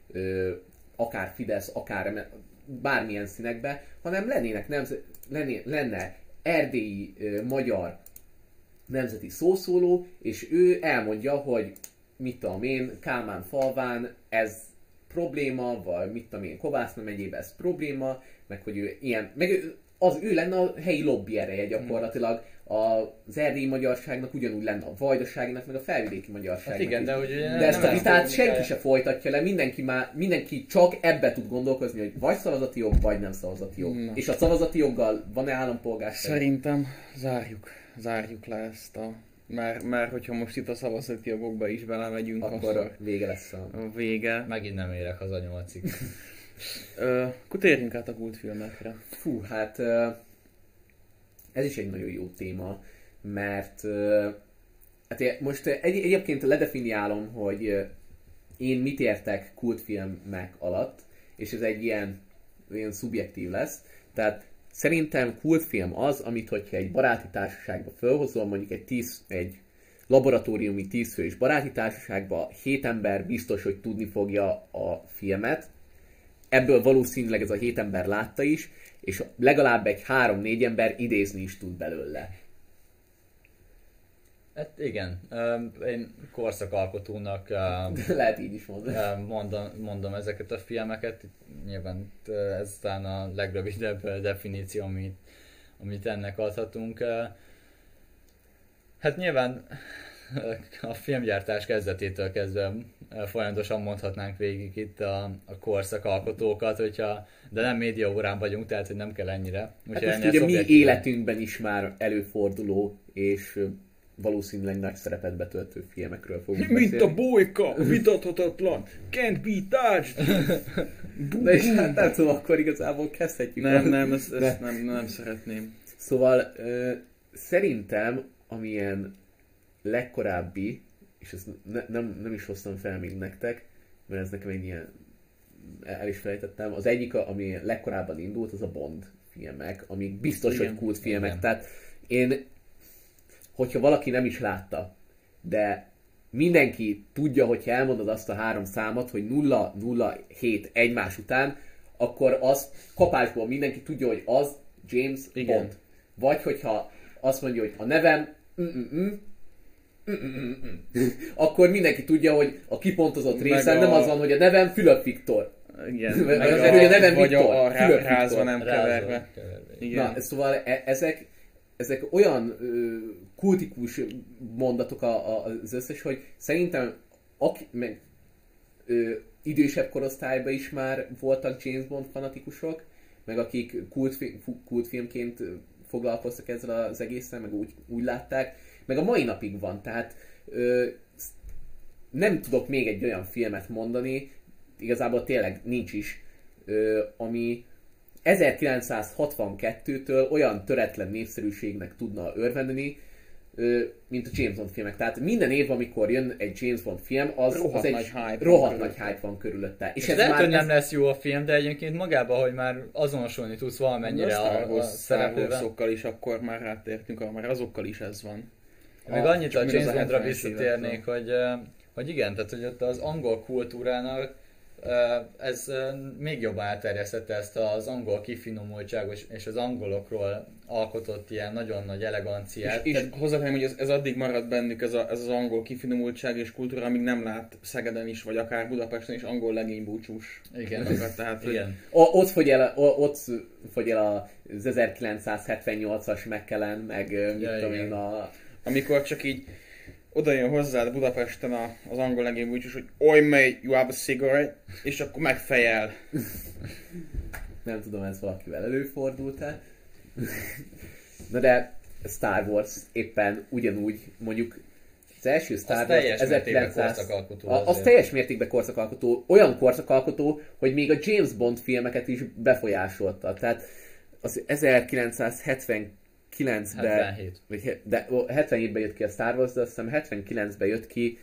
akár Fidesz, akár bármilyen színekbe, hanem lenne erdélyi magyar nemzeti szószóló, és ő elmondja, hogy mit tudom én, Kálmán falván ez probléma, vagy mit tudom én, Kovászna megyében ez probléma, meg hogy ő ilyen, ő lenne a helyi lobby ereje gyakorlatilag, az erdélyi magyarságnak ugyanúgy lenne a vajdaságinak, meg a felvidéki magyarságnak. Hát igen, de ezt a vitát senki se folytatja le, mindenki csak ebbe tud gondolkozni, hogy vagy szavazati jog, vagy nem szavazati jog. Na. És a szavazati joggal van-e állampolgárság? Szerintem zárjuk le ezt mert hogyha most itt a szavazati jogokba is belemegyünk, akkor vége lesz a vége. Megint nem érek haza 8-ig. Akkor térjünk át a kultfilmekre. Fú, hát ez is egy nagyon jó téma, mert hát most egyébként ledefiniálom, hogy én mit értek kultfilmek alatt, és ez egy ilyen szubjektív lesz. Tehát szerintem kultfilm az, amit hogyha egy baráti társaságba felhozol, mondjuk egy laboratóriumi 10 fős baráti társaságba, 7 ember biztos, hogy tudni fogja a filmet. Ebből valószínűleg ez a 7 ember látta is, és legalább egy 3-4 ember idézni is tud belőle. Hát igen, én korszakalkotónak lehet így is mondom ezeket a filmeket. Nyilván ez talán a legrövidebb definíció, amit ennek adhatunk. Hát nyilván a filmgyártás kezdetétől kezdve folyamatosan mondhatnánk végig itt a korszakalkotókat, de nem média órán vagyunk, tehát hogy nem kell ennyire. Hát most ugye mi életünkben is már előforduló, és valószínűleg nagy szerepet betöltő filmekről fogunk beszélni. Mint a bolyka, vitathatatlan, can't be touched! Na és hát nem tudom, akkor igazából kezdhetjük. Ezt nem szeretném. Szóval szerintem, amilyen legkorábbi, és ezt nem is hoztam fel még nektek, mert ez nekem egy ilyen, el is felejtettem, az egyik, ami legkorábban indult, az a Bond filmek, amik biztos, igen, hogy kultfilmek. Igen. Tehát hogyha valaki nem is látta, de mindenki tudja, hogyha elmondod azt a 3 számot, hogy 007 egymás után, akkor az kapásból mindenki tudja, hogy az James Igen. Bond. Vagy hogyha azt mondja, hogy a nevem akkor mindenki tudja, hogy a kipontozott részen nem az van, hogy a nevem Fülöp Viktor. Igen, Vagy meg a nevem vagy Viktor. a Fülöp rázva Viktor. nem keverve. Igen. Na, szóval ezek olyan kultikus mondatok az összes, hogy szerintem idősebb korosztályban is már voltak James Bond fanatikusok, meg akik kultfilmként foglalkoztak ezzel az egészen, meg úgy látták, meg a mai napig van, tehát nem tudok még egy olyan filmet mondani, igazából tényleg nincs is, ami 1962-től olyan töretlen népszerűségnek tudna örvendeni, mint a James Bond filmek. Tehát minden év, amikor jön egy James Bond film, az egy rohadt nagy hype van körülötte. És ez lehet, hogy nem lesz jó a film, de egyébként magában, hogy már azonosulni tudsz valamennyire a szereplővel. Star is akkor már rátértünk, már azokkal is ez van. Még annyit a James Bondra 70-es visszatérnék, hogy igen, tehát hogy ott az angol kultúrának ez még jobban elterjesztette ezt az angol kifinomultságos és az angolokról alkotott ilyen nagyon nagy eleganciát. És hozzátenném, hogy ez addig marad bennük ez az angol kifinomultság és kultúra, amíg nem lát Szegeden is, vagy akár Budapesten is angol legénybúcsús. Igen. Tehát, Igen. Ott fogy el az 1978-as McKellen, meg mit tudom én amikor csak így oda jön hozzád Budapesten az angol legénybúcsús, hogy "Oi mate, you have a cigarette?" és akkor megfejel. Nem tudom, ez valakivel előfordult-e. Na de Star Wars éppen ugyanúgy, mondjuk az első Star Wars 1900... Az teljes mértékben korszakalkotó, olyan korszakalkotó, hogy még a James Bond filmeket is befolyásolta. Tehát az 1979-ben, 77. De 77-ben jött ki a Star Wars, de azt hiszem 79-ben jött ki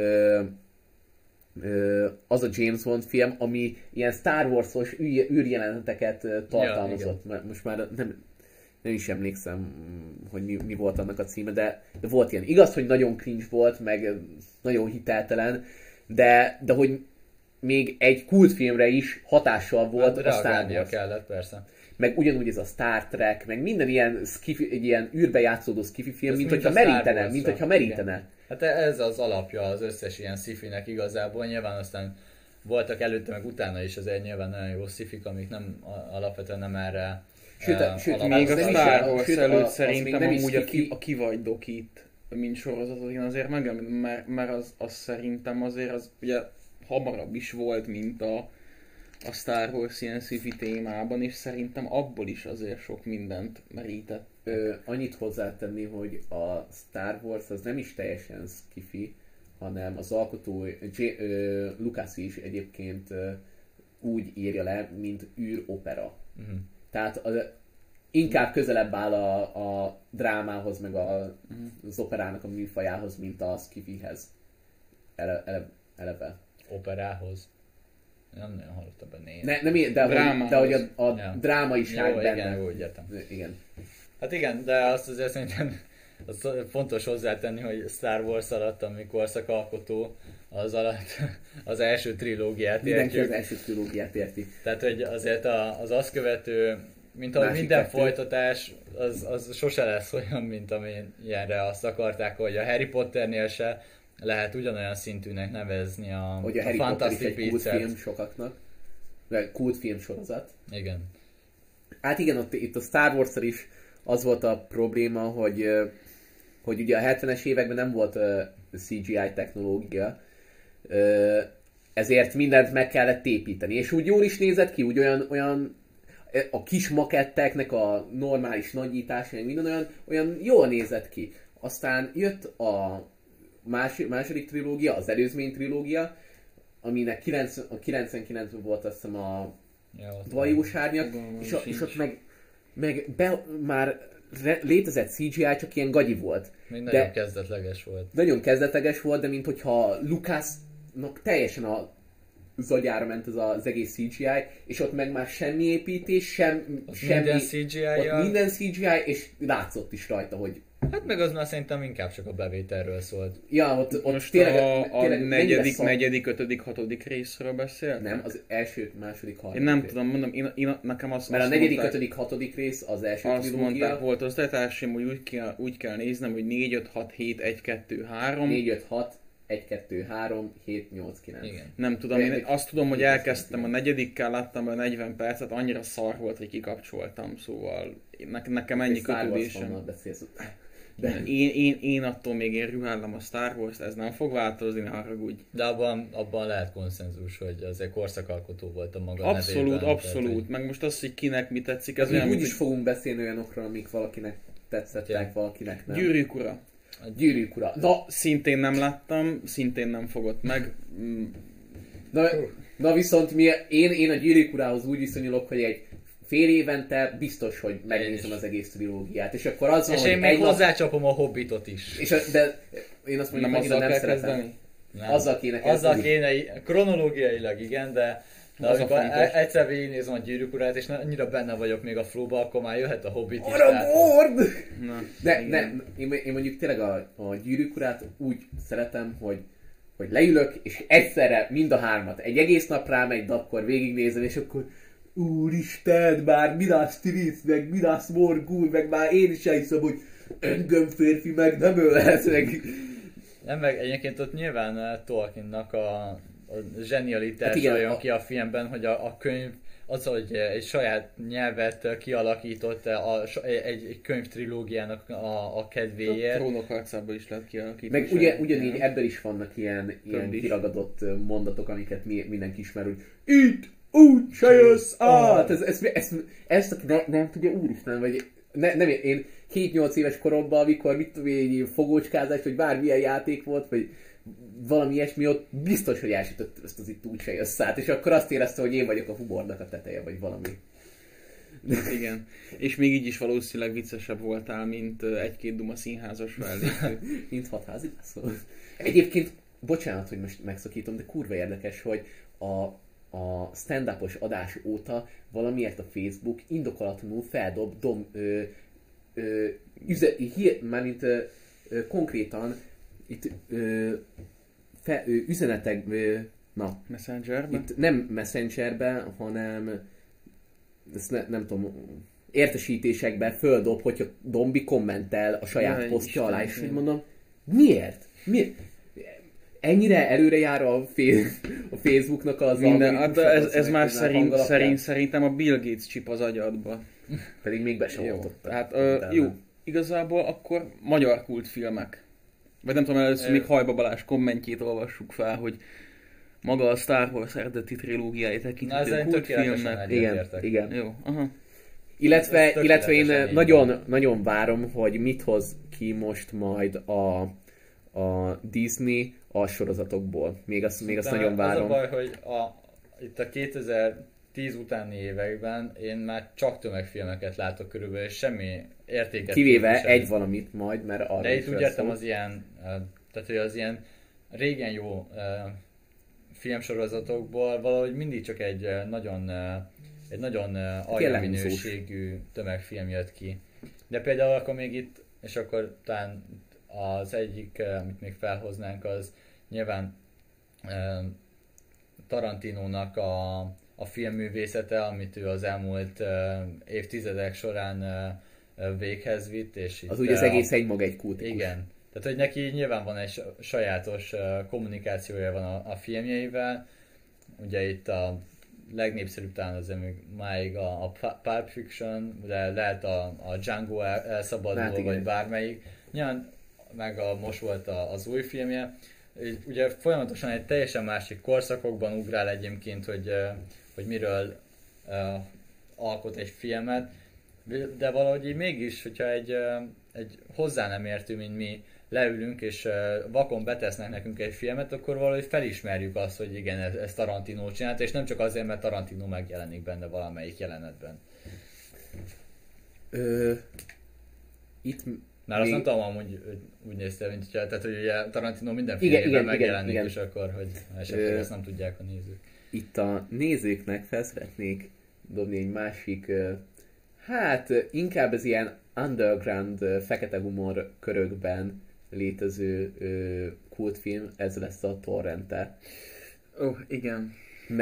az a James Bond film, ami ilyen Star Wars-os űrjeleneteket tartalmazott. Ja, most már nem is emlékszem, hogy mi volt annak a címe, de volt ilyen. Igaz, hogy nagyon cringe volt, meg nagyon hiteltelen, de hogy még egy kultfilmre is hatással volt a Star Wars. Kellett, persze. Meg ugyanúgy ez a Star Trek, meg minden ilyen egy ilyen űrbe játszódó skifi film, mint hogyha merítene. Hát ez az alapja az összes ilyen sci-finek igazából, nyilván aztán voltak előtte meg utána is azért nyilván nagyon jó sci-fik, amik nem alapvetően nem erre Sőt, még a Star Wars előtt szerintem amúgy a Ki vagy Dokit, mint sorozatot, én azért megemlítem, mert az szerintem azért az ugye hamarabb is volt, mint a Star Wars ilyen sci-fi témában, és szerintem abból is azért sok mindent merített. Annyit hozzátenni, hogy a Star Wars az nem is teljesen sci-fi, hanem az alkotó Lucas is egyébként úgy írja le, mint űropera. Uh-huh. Tehát inkább közelebb áll a drámához, meg az operának a műfajához, mint a sci-fihez. Eleve. Operához? Nem nagyon hallottam benne én. De hogy a drámaiság benne. Igen, úgy értem. Igen. Hát igen, de azt azért szerintem az fontos hozzátenni, hogy Star Wars alatt, ami korszakalkotó, az alatt az első trilógiát értjük. Mindenki az első trilógiát érti. Tehát, hogy azért az azt követő, mint ahogy minden folytatás, az sose lesz olyan, mint amilyenre azt akarták, hogy a Harry Potternél se lehet ugyanolyan szintűnek nevezni a Harry Fantastic Potter is egy kultfilm sokaknak. Vagy kultfilm sorozat. Igen. Hát igen, itt a Star Wars-szal is az volt a probléma, hogy ugye a 70-es években nem volt CGI technológia, ezért mindent meg kellett építeni. És úgy jól is nézett ki, úgy olyan a kis maketteknek a normális nagyítása, minden olyan jól nézett ki. Aztán jött a második trilógia, az előzmény trilógia, aminek 99-ben volt azt hiszem a Dvajós árnyak, és ott már létezett CGI, csak ilyen gagyi volt. Még nagyon kezdetleges volt. Nagyon kezdetleges volt, de minthogyha Lucasnak teljesen a zagyára ment az egész CGI, és ott meg már semmi építés, semmi... Minden CGI-jal. Minden CGI, és látszott is rajta, hogy Hát meg az már szerintem inkább csak a bevételről szólt. Ja, ott Most tényleg, a tényleg negyedik, ötödik, hatodik részről beszél? Nem, az első, második, Én harmadik nem rész. tudom, mondom, nekem azt Mert a negyedik, mondták, ötödik, hatodik rész az első azt mondták, trilógia. volt osztálytársaim, hogy úgy kell néznem, hogy 4, 5, 6, 7, 1, 2, 3. 4, 5, 6, 1, 2, 3, 7, 8, 9. Igen. Nem tudom, én azt tudom, hogy elkezdtem a Igen. negyedikkel, láttam a 40 percet, annyira szar volt, hogy kikapcsoltam, szóval nekem ennyi Star Wars kötődésem. fannal beszélsz. De én attól még én rühellem a Star Wars-t, ez nem fog változni, ne haragudj. De abban lehet konszenzus, hogy azért korszakalkotó volt a maga Abszolút, nevében, abszolút. tehát, hogy Meg most az, hogy kinek mi tetszik, ez Mi olyan, úgy mint is fogunk beszélni olyanokról, amik valakinek tetszettek, Igen. valakinek nem. Gyűrűk ura. A Gyűrűk ura. Na, Szintén nem láttam, szintén nem fogott meg. na viszont én a Gyűrűk urához úgy viszonyulok, hogy egy fél évente biztos, hogy megnézem az egész trilógiát. És akkor az van, és hogy én még egy nap... hozzácsapom a Hobbitot is. De én azt mondjuk, Nem hogy azzal nem kell szeretem. kezdeni? Nem. Azzal kéne kezdeni. Azzal kéne, kronológiailag igen, de Az a amikor fontos. egyszer végignézem a Gyűrűk urát, és annyira benne vagyok még a flowba, akkor már jöhet a Hobbit is. tehát- Aragorn! Na, De igen. én mondjuk tényleg a Gyűrűk urát úgy szeretem, hogy leülök, és egyszerre mind a hármat. Egy egész nap rámegy, de akkor végignézem, és akkor úristen, már Minas Tirith, meg Minas Morgul, meg már én is elhiszem, hogy engem férfi meg nem ölhet, meg... Nem, meg egyébként ott nyilván Tolkiennak a zsenialitás Hát igen, jön ki a filmben, hogy a könyv az, hogy egy saját nyelvet kialakított egy könyvtrilógiának a kedvéért. Trónok harcából is lehet kialakítani. Meg ugyanígy ebből is vannak ilyen is. kiragadott mondatok, amiket mindenki ismer, hogy itt úgy se jössz át! Ezt aki nem tudja, úristen, vagy nem, én 7-8 éves koromban, amikor mit tudom én, fogócskázás, vagy bármilyen játék volt, vagy valami ilyesmi, ott biztos, hogy elsütött ezt az itt úgy se jössz át, és akkor azt érezte, hogy én vagyok a hubornak a teteje, vagy valami. Igen. És még így is valószínűleg viccesebb voltál, mint egy-két duma színházas fellépő. Mint hatházi vászon. Egyébként, bocsánat, hogy most megszakítom, de kurva érdekes, hogy a stand-upos adás óta valamiért a Facebook indokolatlanul feldob konkrétan itt üzenetek, Messengerben? itt nem Messengerben, hanem ezt nem tudom, értesítésekben földob, hogyha Dombi kommentel a saját Jaj, posztja alá, és Istenem. úgy mondom, miért? Ennyire előre jár a Facebooknak az Minden, algoritmusa, hát az ez meg már tudnál hangalapját? szerintem a Bill Gates chip az agyadba. Pedig még be sem Jó, oltotta. tehát Utána. jó, igazából akkor magyar kultfilmek. Vagy nem tudom, először még Hajba Balázs kommentjét olvassuk fel, hogy maga a Star Wars eredeti trilógiái Na, tekinthető ezen tökéletesen kultfilmnek. Igen, egyetértek. igen. Jó, aha. Illetve Ez én tökéletesen így nagyon, nagyon várom, hogy mit hoz ki most majd a Disney a sorozatokból. Még azt nagyon várom. Az a baj, hogy itt a 2010 utáni években én már csak tömegfilmeket látok körülbelül, és semmi értéket Kivéve képvisel. egy valamit majd, mert arra De is itt úgy lesz értem szó. az ilyen, tehát hogy az ilyen régen jó filmsorozatokból valahogy mindig csak egy nagyon alja minőségű tömegfilm jött ki. De például akkor még itt, és akkor talán az egyik, amit még felhoznánk, az nyilván Tarantinónak a filmművészete, amit ő az elmúlt évtizedek során véghez vitt. És itt, Az úgy az egész egymaga egy kultikus. igen. Tehát, hogy neki nyilván van egy sajátos kommunikációja van a filmjeivel. Ugye itt a legnépszerűbb talán az még máig a Pulp Fiction, de lehet a Django elszabaduló, Hát igen. vagy bármelyik. Nyilván meg most volt az új filmje. Ugye folyamatosan egy teljesen másik korszakokban ugrál egyébként, hogy miről alkot egy filmet, de valahogy így mégis, hogyha egy hozzá nem értő, mint mi, leülünk és vakon betesznek nekünk egy filmet, akkor valahogy felismerjük azt, hogy igen, ez Tarantino csinált, és nem csak azért, mert Tarantino megjelenik benne valamelyik jelenetben. Itt Már azt még- nem tudom, amúgy úgy nézte, mint hogyha, tehát hogy ugye Tarantino minden Igen, filmében igen, megjelenik, igen. és akkor, hogy esetleg ezt nem tudják a nézők. Itt a nézőknek fel szeretnék dobni egy másik, inkább ez ilyen underground fekete humor körökben létező kultfilm, ez lesz a Torrente. Igen.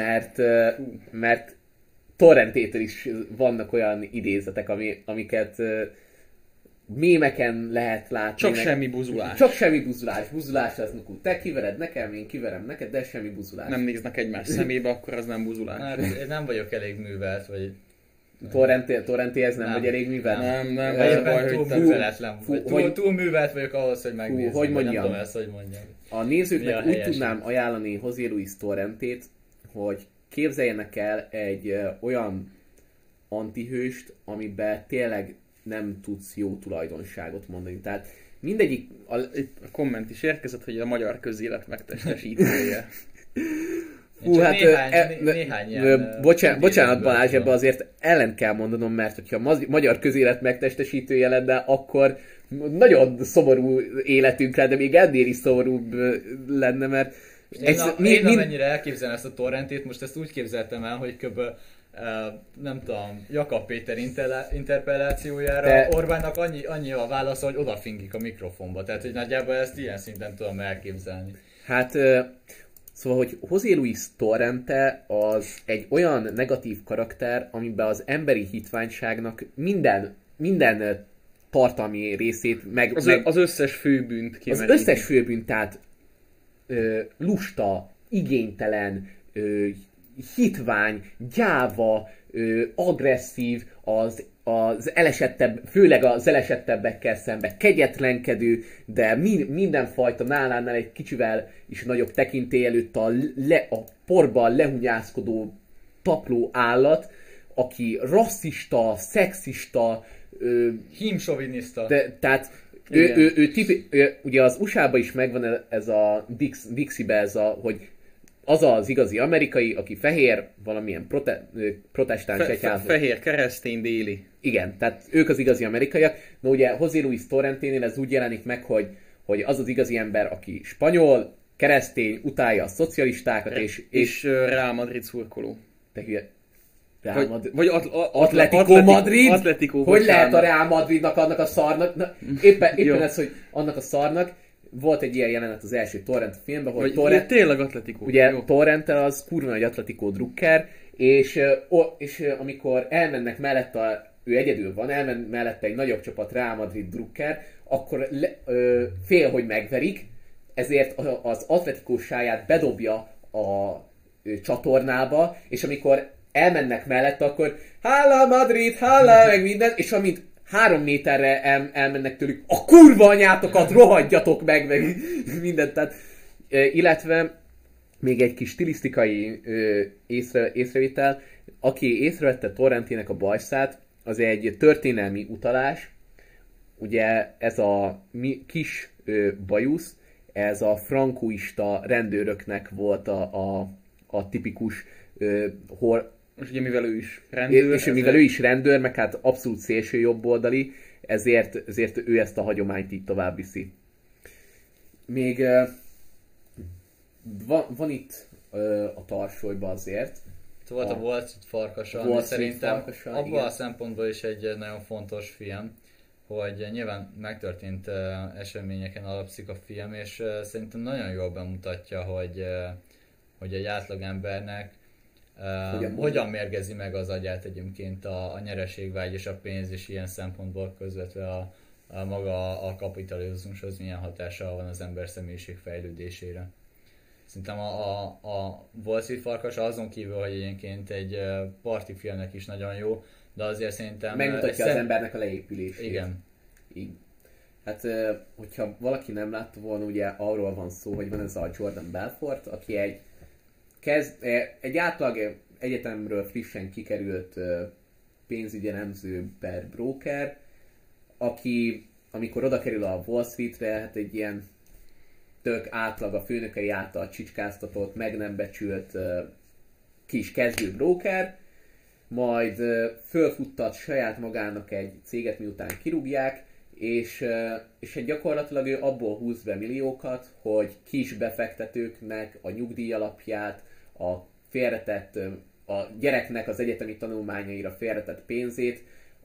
Mert Torrentétől is vannak olyan idézetek, amiket mémeken lehet látni. Csak semmi buzulás. Csak semmi buzulás. Buzulás lesz nukú. Te kivered nekem, én kiverem neked, de semmi buzulás. Nem néznek egymás szemébe, akkor az nem buzulás. Hát, én nem vagyok elég művelt, vagy... Torrentéhez nem vagy elég művelt? Nem, Vagy az a baj, túl hogy műveletlen. Túl művelt vagyok ahhoz, hogy megnézzem. hogy mondjam? Nem tudom ezt, hogy mondjam. A nézőknek úgy helyes? tudnám ajánlani José Luis Torrentét, hogy képzeljenek el egy olyan antihőst, amiben tényleg nem tudsz jó tulajdonságot mondani. Tehát mindegyik... Itt a komment is érkezett, hogy a magyar közélet megtestesítője. Hú, hát néhány ilyen, bocsánat Balázs, ebbe azért ellent kell mondanom, mert hogyha magyar közélet megtestesítője lenne, akkor nagyon szomorú életünk lenne, de még ennél is szomorúbb lenne, mert... Én amennyire elképzelem ezt a Torrentét, most ezt úgy képzeltem el, hogy nem tudom, Jakab Péter interpellációjára Orbánnak annyi a válasza, hogy odafingik a mikrofonba. Tehát, hogy nagyjából ezt ilyen szinten tudom elképzelni. Hát, szóval, hogy José Luis Torrente az egy olyan negatív karakter, amiben az emberi hitványságnak minden tartalmi részét Az összes főbűnt kimerít. Az összes főbűnt, tehát lusta, igénytelen, hitvány, gyáva, agresszív, az elesettebb, főleg az elesettebbekkel szemben kegyetlenkedő, de mindenfajta nálánál egy kicsivel is nagyobb tekintély előtt a porban lehunyászkodó tapló állat, aki rasszista, szexista, hímsoviniszta. Tehát ugye az USA-ban is megvan ez a Dixie-be ez hogy az az igazi amerikai, aki fehér, valamilyen protestáns egyház. Fehér, keresztény, déli. Igen, tehát ők az igazi amerikaiak. Na ugye José Luis Torrenténél ez úgy jelenik meg, hogy az az igazi ember, aki spanyol, keresztény, utálja a szocialistákat, és Real Madrid szurkoló. Te hülye. Vagy Atletico Madrid? Atletico, hogy lehet a Real Madridnak annak a szarnak? Na, éppen ez, hogy annak a szarnak. Volt egy ilyen jelenet az első Torrent filmben, hogy tényleg Atletico. Ugye Torrente az kurva nagy Atletico drukker, és amikor elmennek mellette, ő egyedül van, elmen mellette egy nagyobb csapat Real Madrid drukker, akkor fél, hogy megverik, ezért az Atletico sáját bedobja a csatornába, és amikor elmennek mellette, akkor hála Madrid, hála, meg minden, és amint 3 méterre elmennek tőlük, a kurva anyátokat rohadjatok meg mindent. Tehát, illetve még egy kis stilisztikai észrevétel, aki észrevette Torrentének a bajszát, az egy történelmi utalás. Ugye ez a kis bajusz, ez a frankoista rendőröknek volt a tipikus és ugye mivel ő is rendőr. És mivel ő is rendőr, meg hát abszolút szélső jobboldali, ezért ő ezt a hagyományt így tovább viszi. Még van itt a tarsolyban azért. Volt a Wall Street farkasa, ami szerintem abban a szempontból is egy nagyon fontos film, hogy nyilván megtörtént eseményeken alapszik a film, és szerintem nagyon jól bemutatja, hogy egy átlagembernek hogyan mérgezi meg az agyát egyébként a nyereségvágy és a pénz, és ilyen szempontból közvetve maga a kapitalizmushoz milyen hatással van az ember személyiség fejlődésére. Szerintem a Wall Street farkasa azon kívül, hogy egyébként egy parti filmnek is nagyon jó, de azért szerintem... Megmutatja az embernek a leépülését. Igen. Így. Hát, hogyha valaki nem látta volna, ugye arról van szó, hogy van ez a Jordan Belfort, aki egy átlag egyetemről frissen kikerült pénzügyi elemző per broker, aki amikor oda kerül a Wall Streetre, hát egy ilyen tök átlag a főnökei által csicskáztatott, meg nem becsült kis kezdő broker, majd fölfuttat saját magának egy céget, miután kirúgják, és gyakorlatilag ő abból húz be milliókat, hogy kis befektetőknek a nyugdíjalapját, a gyereknek az egyetemi tanulmányaira félretett pénzét,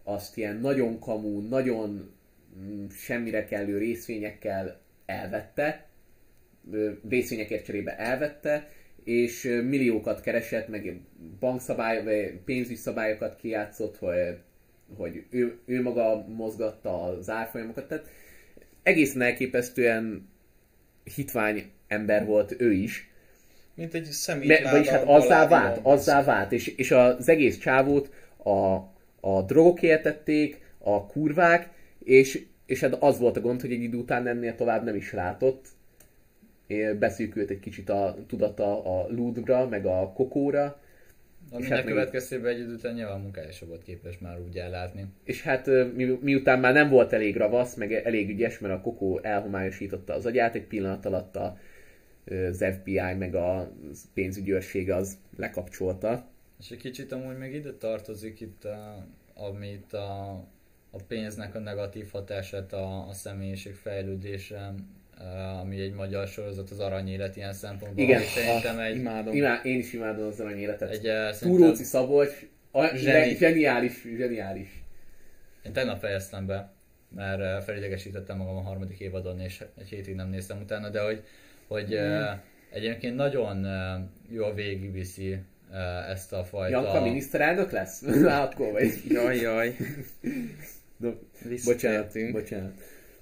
azt ilyen nagyon kamu, nagyon semmire kellő részvényekkel elvette, részvényekért cserébe elvette, és milliókat keresett, meg pénzügyi szabályokat kijátszott, hogy ő maga mozgatta az árfolyamokat. Tehát egészen elképesztően hitvány ember volt ő is. Mint egy szemétláda. Vagyis hát azzá vált. És az egész csávót a drogok éltették, a kurvák, és hát az volt a gond, hogy egy idő után ennél tovább nem is látott. Beszűkült egy kicsit a tudata a ludra, meg a kokóra. Aminek következtében egy idő után nyilván munkája sem volt képes már úgy ellátni. És hát miután már nem volt elég ravasz, meg elég ügyes, mert a kokó elhomályosította az agyát, egy pillanat alatt az FBI meg a pénzügyőrség az lekapcsolta. És egy kicsit amúgy még ide tartozik itt, amit a pénznek a negatív hatását a személyiség fejlődése, ami egy magyar sorozat, az Aranyélet ilyen szempontból. Igen, imádom. Én is imádom az Aranyéletet. Túróci Szabolcs, zseniális. Én tegnap fejeztem be, mert felidegesítettem magam a harmadik évadon, és egy hétig nem néztem utána, de hogy egyébként nagyon jól végigviszi ezt a fajta... Janka miniszterelnök lesz? Akkor vagy. Jaj. No, bocsánat.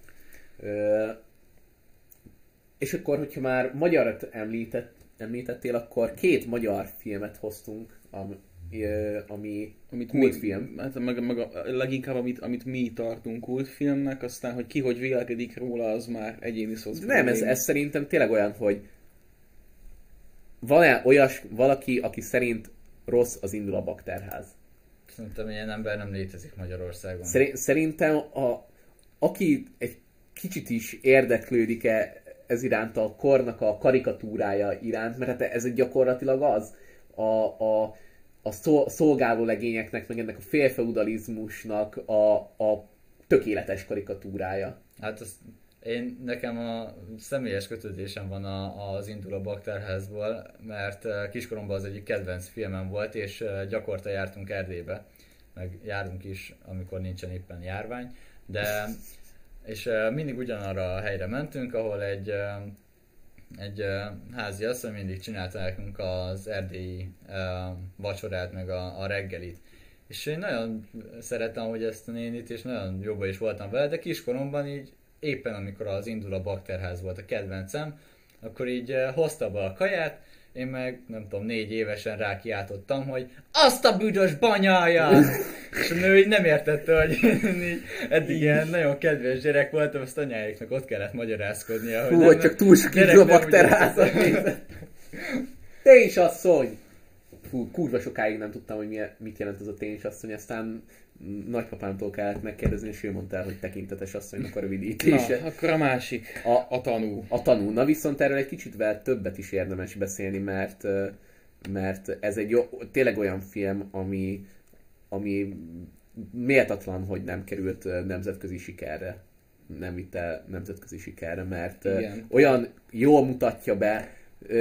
És akkor, hogyha már magyarat említettél, akkor 2 magyar filmet hoztunk, ami kultfilm. Hát leginkább amit mi tartunk kultfilmnek, aztán, hogy ki hogy vélekedik róla, az már egyéni szóval. Nem, ez szerintem tényleg olyan, hogy van-e valaki, aki szerint rossz az Indul a Bakterház? Szerintem ilyen ember nem létezik Magyarországon. Szerintem aki egy kicsit is érdeklődik-e ez iránt, a kornak a karikatúrája iránt, mert hát ez gyakorlatilag az a szolgáló legényeknek, meg ennek a félfeudalizmusnak a tökéletes karikatúrája. Hát nekem a személyes kötődésem van az Indul a Bakterházból, mert kiskoromban az egyik kedvenc filmem volt, és gyakorta jártunk Erdélybe, meg járunk is, amikor nincsen éppen járvány, és mindig ugyanarra a helyre mentünk, ahol egy házi asszony mindig csinálta nekünk az erdélyi vacsorát, meg a reggelit. És én nagyon szeretem, hogy ezt a nénit, és nagyon jobban is voltam vele, de kiskoromban így éppen amikor az Indul a Bakterház volt a kedvencem, akkor így hozta be a kaját, én meg nem tudom, 4 évesen rákiáltottam, hogy azt a büdös banyája! És a nő így nem értette, hogy én eddig ilyen nagyon kedves gyerek voltam, azt anyáiknak ott kellett magyarázkodnia. Hú, hogy csak túl sok Indul a Bakterházat nézett. Ténysasszony! Fú, kurva sokáig nem tudtam, hogy mit jelent ez a ténysasszony, aztán nagypapámtól kellett megkérdezni, és ő mondta el, hogy tekintetes asszonynak a rövidítése. Na, akkor a másik. A tanú. A tanú. Na viszont erről egy kicsit többet is érdemes beszélni, mert ez tényleg olyan film, ami méltatlan, hogy nem került nemzetközi sikerre. Nem vitt el nemzetközi sikerre, mert olyan jól mutatja be,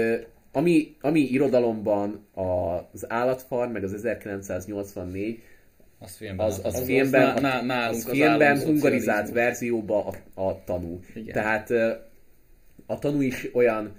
ami irodalomban az Állatfarm, meg az 1984, az filmben hungarizált verzióban a tanú. Igen. Tehát a tanú is olyan,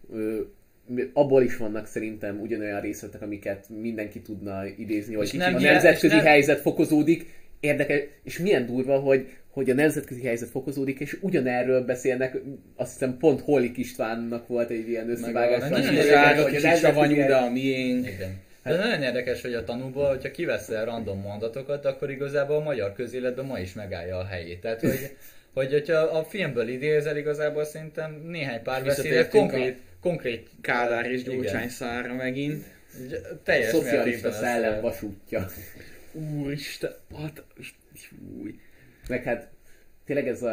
abból is vannak szerintem ugyanolyan részletek, amiket mindenki tudna idézni, hogy a nemzetközi helyzet fokozódik. Érdekes, és milyen durva, hogy a nemzetközi helyzet fokozódik, és ugyanerről beszélnek, azt hiszem pont Hollik Istvánnak volt egy ilyen összevágás. Hogy a savanyú, de a miénk. De nagyon érdekes, hogy a tanúból, hogyha kiveszel random mondatokat, akkor igazából a magyar közéletben ma is megállja a helyét. Tehát, hogyha a filmből idézel, igazából szerintem néhány párbeszédet konkrét Kádár és Gyurcsány szárra megint. Teljes szocialista szellem vasútja. Úristen, meg hát tényleg ez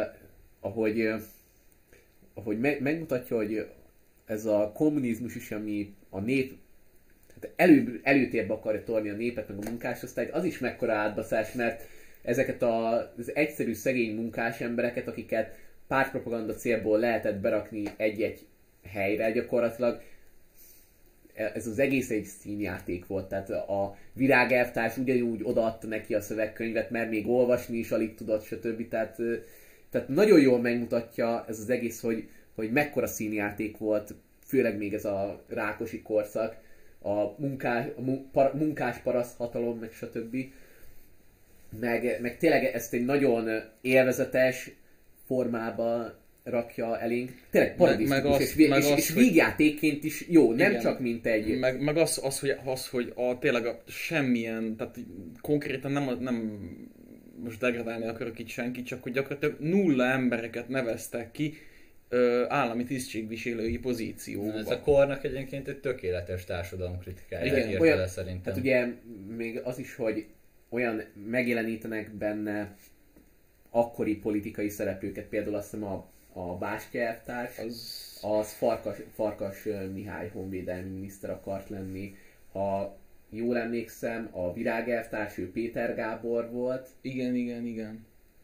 ahogy megmutatja, hogy ez a kommunizmus is, ami a nép előtérbe akarja torni a népet, meg a munkásosztályt, az is mekkora átbaszás, mert ezeket az egyszerű szegény munkás embereket, akiket pártpropaganda célból lehetett berakni egy-egy helyre gyakorlatilag, ez az egész egy színjáték volt, tehát a virágelvtárs ugyanúgy odaadta neki a szövegkönyvet, mert még olvasni is alig tudott, stb. Tehát nagyon jól megmutatja ez az egész, hogy mekkora színjáték volt, főleg még ez a Rákosi korszak, a munkás paraszt hatalom, meg stb. Meg tényleg ezt egy nagyon élvezetes formába rakja elénk. Tényleg paradisztikus, és vígjátékként is jó, nem igen, csak mint egy... Meg hogy tényleg semmilyen, tehát konkrétan nem most degradálni akarok itt senkit, csak hogy gyakorlatilag 0 embereket neveztek ki állami tisztségviselői pozícióba. Ez a kornak egyébként egy tökéletes társadalomkritikája írta le szerintem. Hát ugye még az is, hogy olyan megjelenítenek benne akkori politikai szereplőket, például azt hiszem a Bástya elvtárs, az Farkas Mihály honvédelmi miniszter akart lenni. Ha jól emlékszem, a Virág elvtárs, ő Péter Gábor volt. Igen.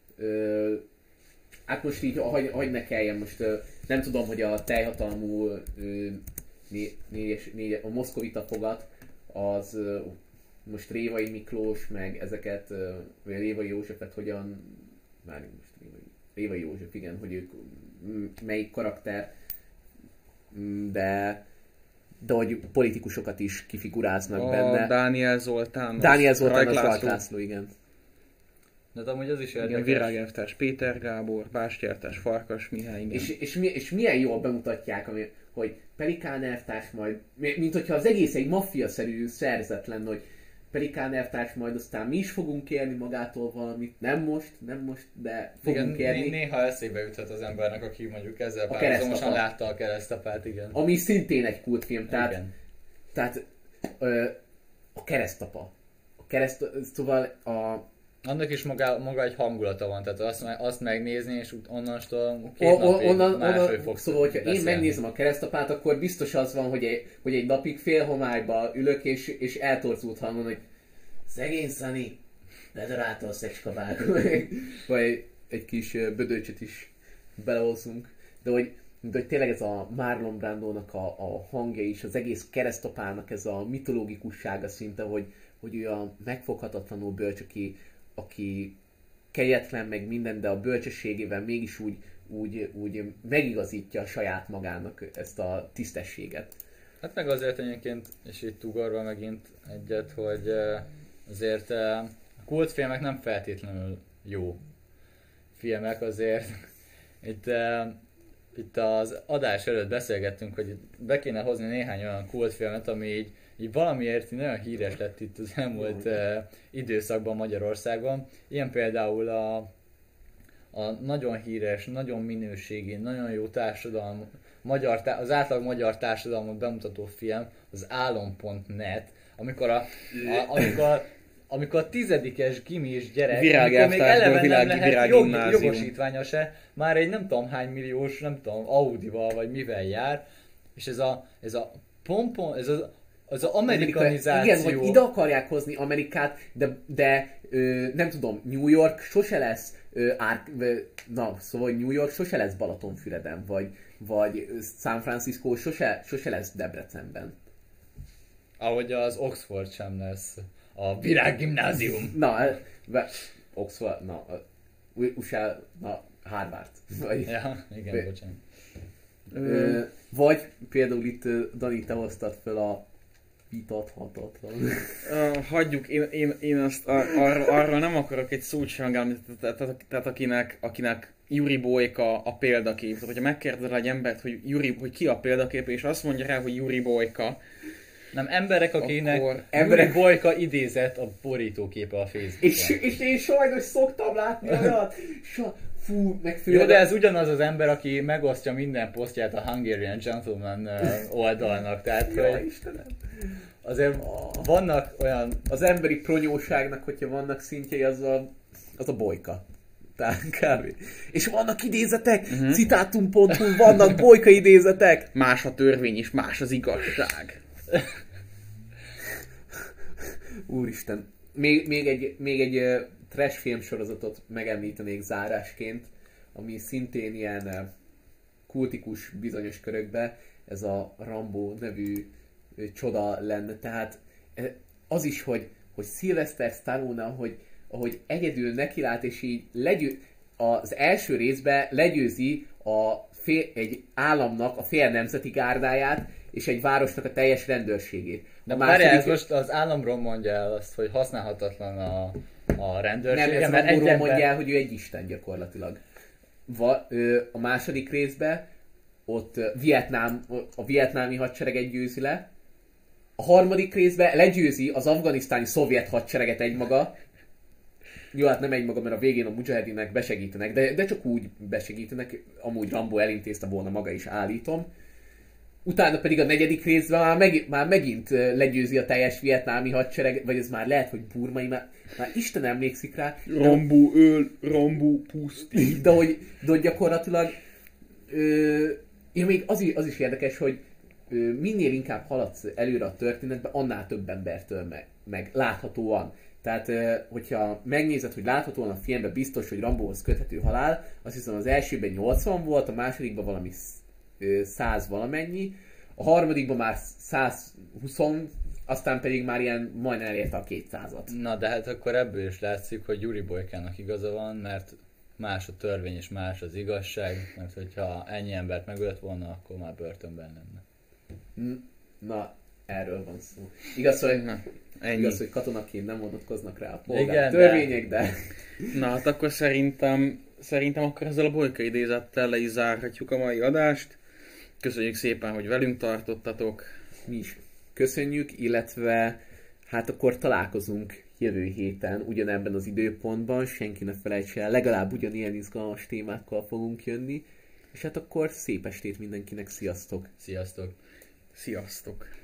Hát most így, hagy ne kelljen, most nem tudom, hogy a teljhatalmú a Moszkovita fogat, az most Révai Miklós, meg ezeket, vagy Révai Józsefet hogyan, Révai József, igen, hogy ők melyik karakter, de hogy politikusokat is kifiguráznak benne. Dániel Zoltán, az Rajk László, igen. De amúgy az is érdekes. Virág elvtárs Péter Gábor, Bástya elvtárs Farkas Mihály, igen. És milyen jól bemutatják, hogy Pelikán elvtárs majd, mint hogyha az egész egy maffia-szerű szerzet lenne, hogy Pelikán elvtárs majd aztán mi is fogunk kérni magától valamit, nem most, de fogunk kérni. Néha eszébe juthat az embernek, aki mondjuk ezzel párhuzamosan látta a Keresztapát, igen. Ami szintén egy kultfilm, tehát a Keresztapa. Szóval annak is maga egy hangulata van, tehát azt megnézni, és onnantól 2 napig máshogy fogsz Szóval, hogyha én megnézem a Keresztapát, akkor biztos az van, hogy egy napig félhomályba ülök, és eltorzult hangon, hogy szegény Szani, ledarálta a szecskabába. Vagy egy kis bödöcsöt is belehozunk. De hogy tényleg ez a Marlon Brandónak a hangja is, az egész Keresztapának ez a mitológikussága szinte, hogy ő a megfoghatatlanul bölcs, aki kegyetlen meg minden, de a bölcsességével mégis úgy megigazítja a saját magának ezt a tisztességet. Hát meg azért egyébként, és itt ugorva megint egyet, hogy azért a kultfilmek nem feltétlenül jó filmek, azért itt az adás előtt beszélgettünk, hogy be kéne hozni néhány olyan kultfilmet, ami így valamiért nagyon híres lett itt az elmúlt időszakban Magyarországon. Ilyen például a nagyon híres, nagyon minőségi, nagyon jó társadalom, az átlag magyar társadalmat bemutató film, az Álom.net, amikor a 10-es gimis gyerek, amikor még eleve nem lehet jogosítványa se, már egy nem tudom hány milliós, nem tudom, Audival vagy mivel jár, és ez a pompon, ez az amerikanizáció. Igen, hogy ide akarják hozni Amerikát, de nem tudom, New York sose lesz szóval New York sose lesz Balatonfüreden, vagy San Francisco sose lesz Debrecenben. Ahogy az Oxford sem lesz. A Virág Gimnázium. Oxford, USA, Harvard. Ja, igen, bocsánat. Vagy például itt Dani, te hoztad fel a vitathatatlan. Hagyjuk, én azt arra nem akarok egy szót sem megállni, tehát akinek Juri Boyka a példakép. Tehát, hogyha megkérdezel egy embert, hogy ki a példakép, és azt mondja rá, hogy Juri Boyka. Nem, emberek, akinek Juri Boyka idézett a borítóképe a Facebookon. És én sajnos szoktam látni olyat. Fú, jó, de ez ugyanaz az ember, aki megosztja minden posztját a Hungarian Gentleman oldalnak, tehát Istenem. Azért vannak olyan... Az emberi pronyóságnak, hogyha vannak szintjei, az a Boyka. Tehát kb. És vannak idézetek, citátum.hu, vannak Boyka idézetek. Más a törvény és más az igazság. Úristen. Még egy trash film sorozatot megemlítenék zárásként, ami szintén ilyen kultikus bizonyos körökbe, ez a Rambo nevű csoda lenne. Tehát az is, hogy Sylvester Stallone, ahogy egyedül nekilát, és így az első részben legyőzi egy államnak a fél nemzeti gárdáját, és egy városnak a teljes rendőrségét. De várjál, ez most az államról mondja el azt, hogy használhatatlan a rendőrség. Nem, ez Rambo-ról mondja el, hogy ő egy isten gyakorlatilag. A második részben ott a vietnámi hadsereget győzi le. A harmadik részben legyőzi az afganisztáni szovjet hadsereget egymaga. Jó, hát nem egymaga, mert a végén a mujahedinek besegítenek, de csak úgy besegítenek, amúgy Rambo elintézte volna maga is, állítom. Utána pedig a negyedik részben már megint legyőzi a teljes vietnámi hadsereg, vagy ez már lehet, hogy burmai, már Isten emlékszik rá. Rambo öl, Rambo pusztít. De hogy gyakorlatilag még az is érdekes, hogy minél inkább haladsz előre a történetbe, annál több embertől meg láthatóan. Tehát, hogyha megnézed, hogy láthatóan a filmben biztos, hogy Rambohoz köthető halál, azt hiszem az elsőben 80 volt, a másodikban valami 100 valamennyi, a harmadikban már 120, aztán pedig már ilyen majdnem elérte a 200-at. Na, de hát akkor ebből is látszik, hogy Yuri Boykának igaza van, mert más a törvény és más az igazság, mert hogyha ennyi embert megölt volna, akkor már börtönben lenne. Na, erről van szó. Igaz, hogy katonaként nem vonatkoznak rá a polgár törvények, de... Na, hát akkor szerintem akkor ezzel a Bolyka idézettel le is zárhatjuk a mai adást. Köszönjük szépen, hogy velünk tartottatok. Mi is köszönjük, illetve hát akkor találkozunk jövő héten ugyanebben az időpontban, senki ne felejtse el, legalább ugyanilyen izgalmas témákkal fogunk jönni, és hát akkor szép estét mindenkinek, sziasztok! Sziasztok! Sziasztok!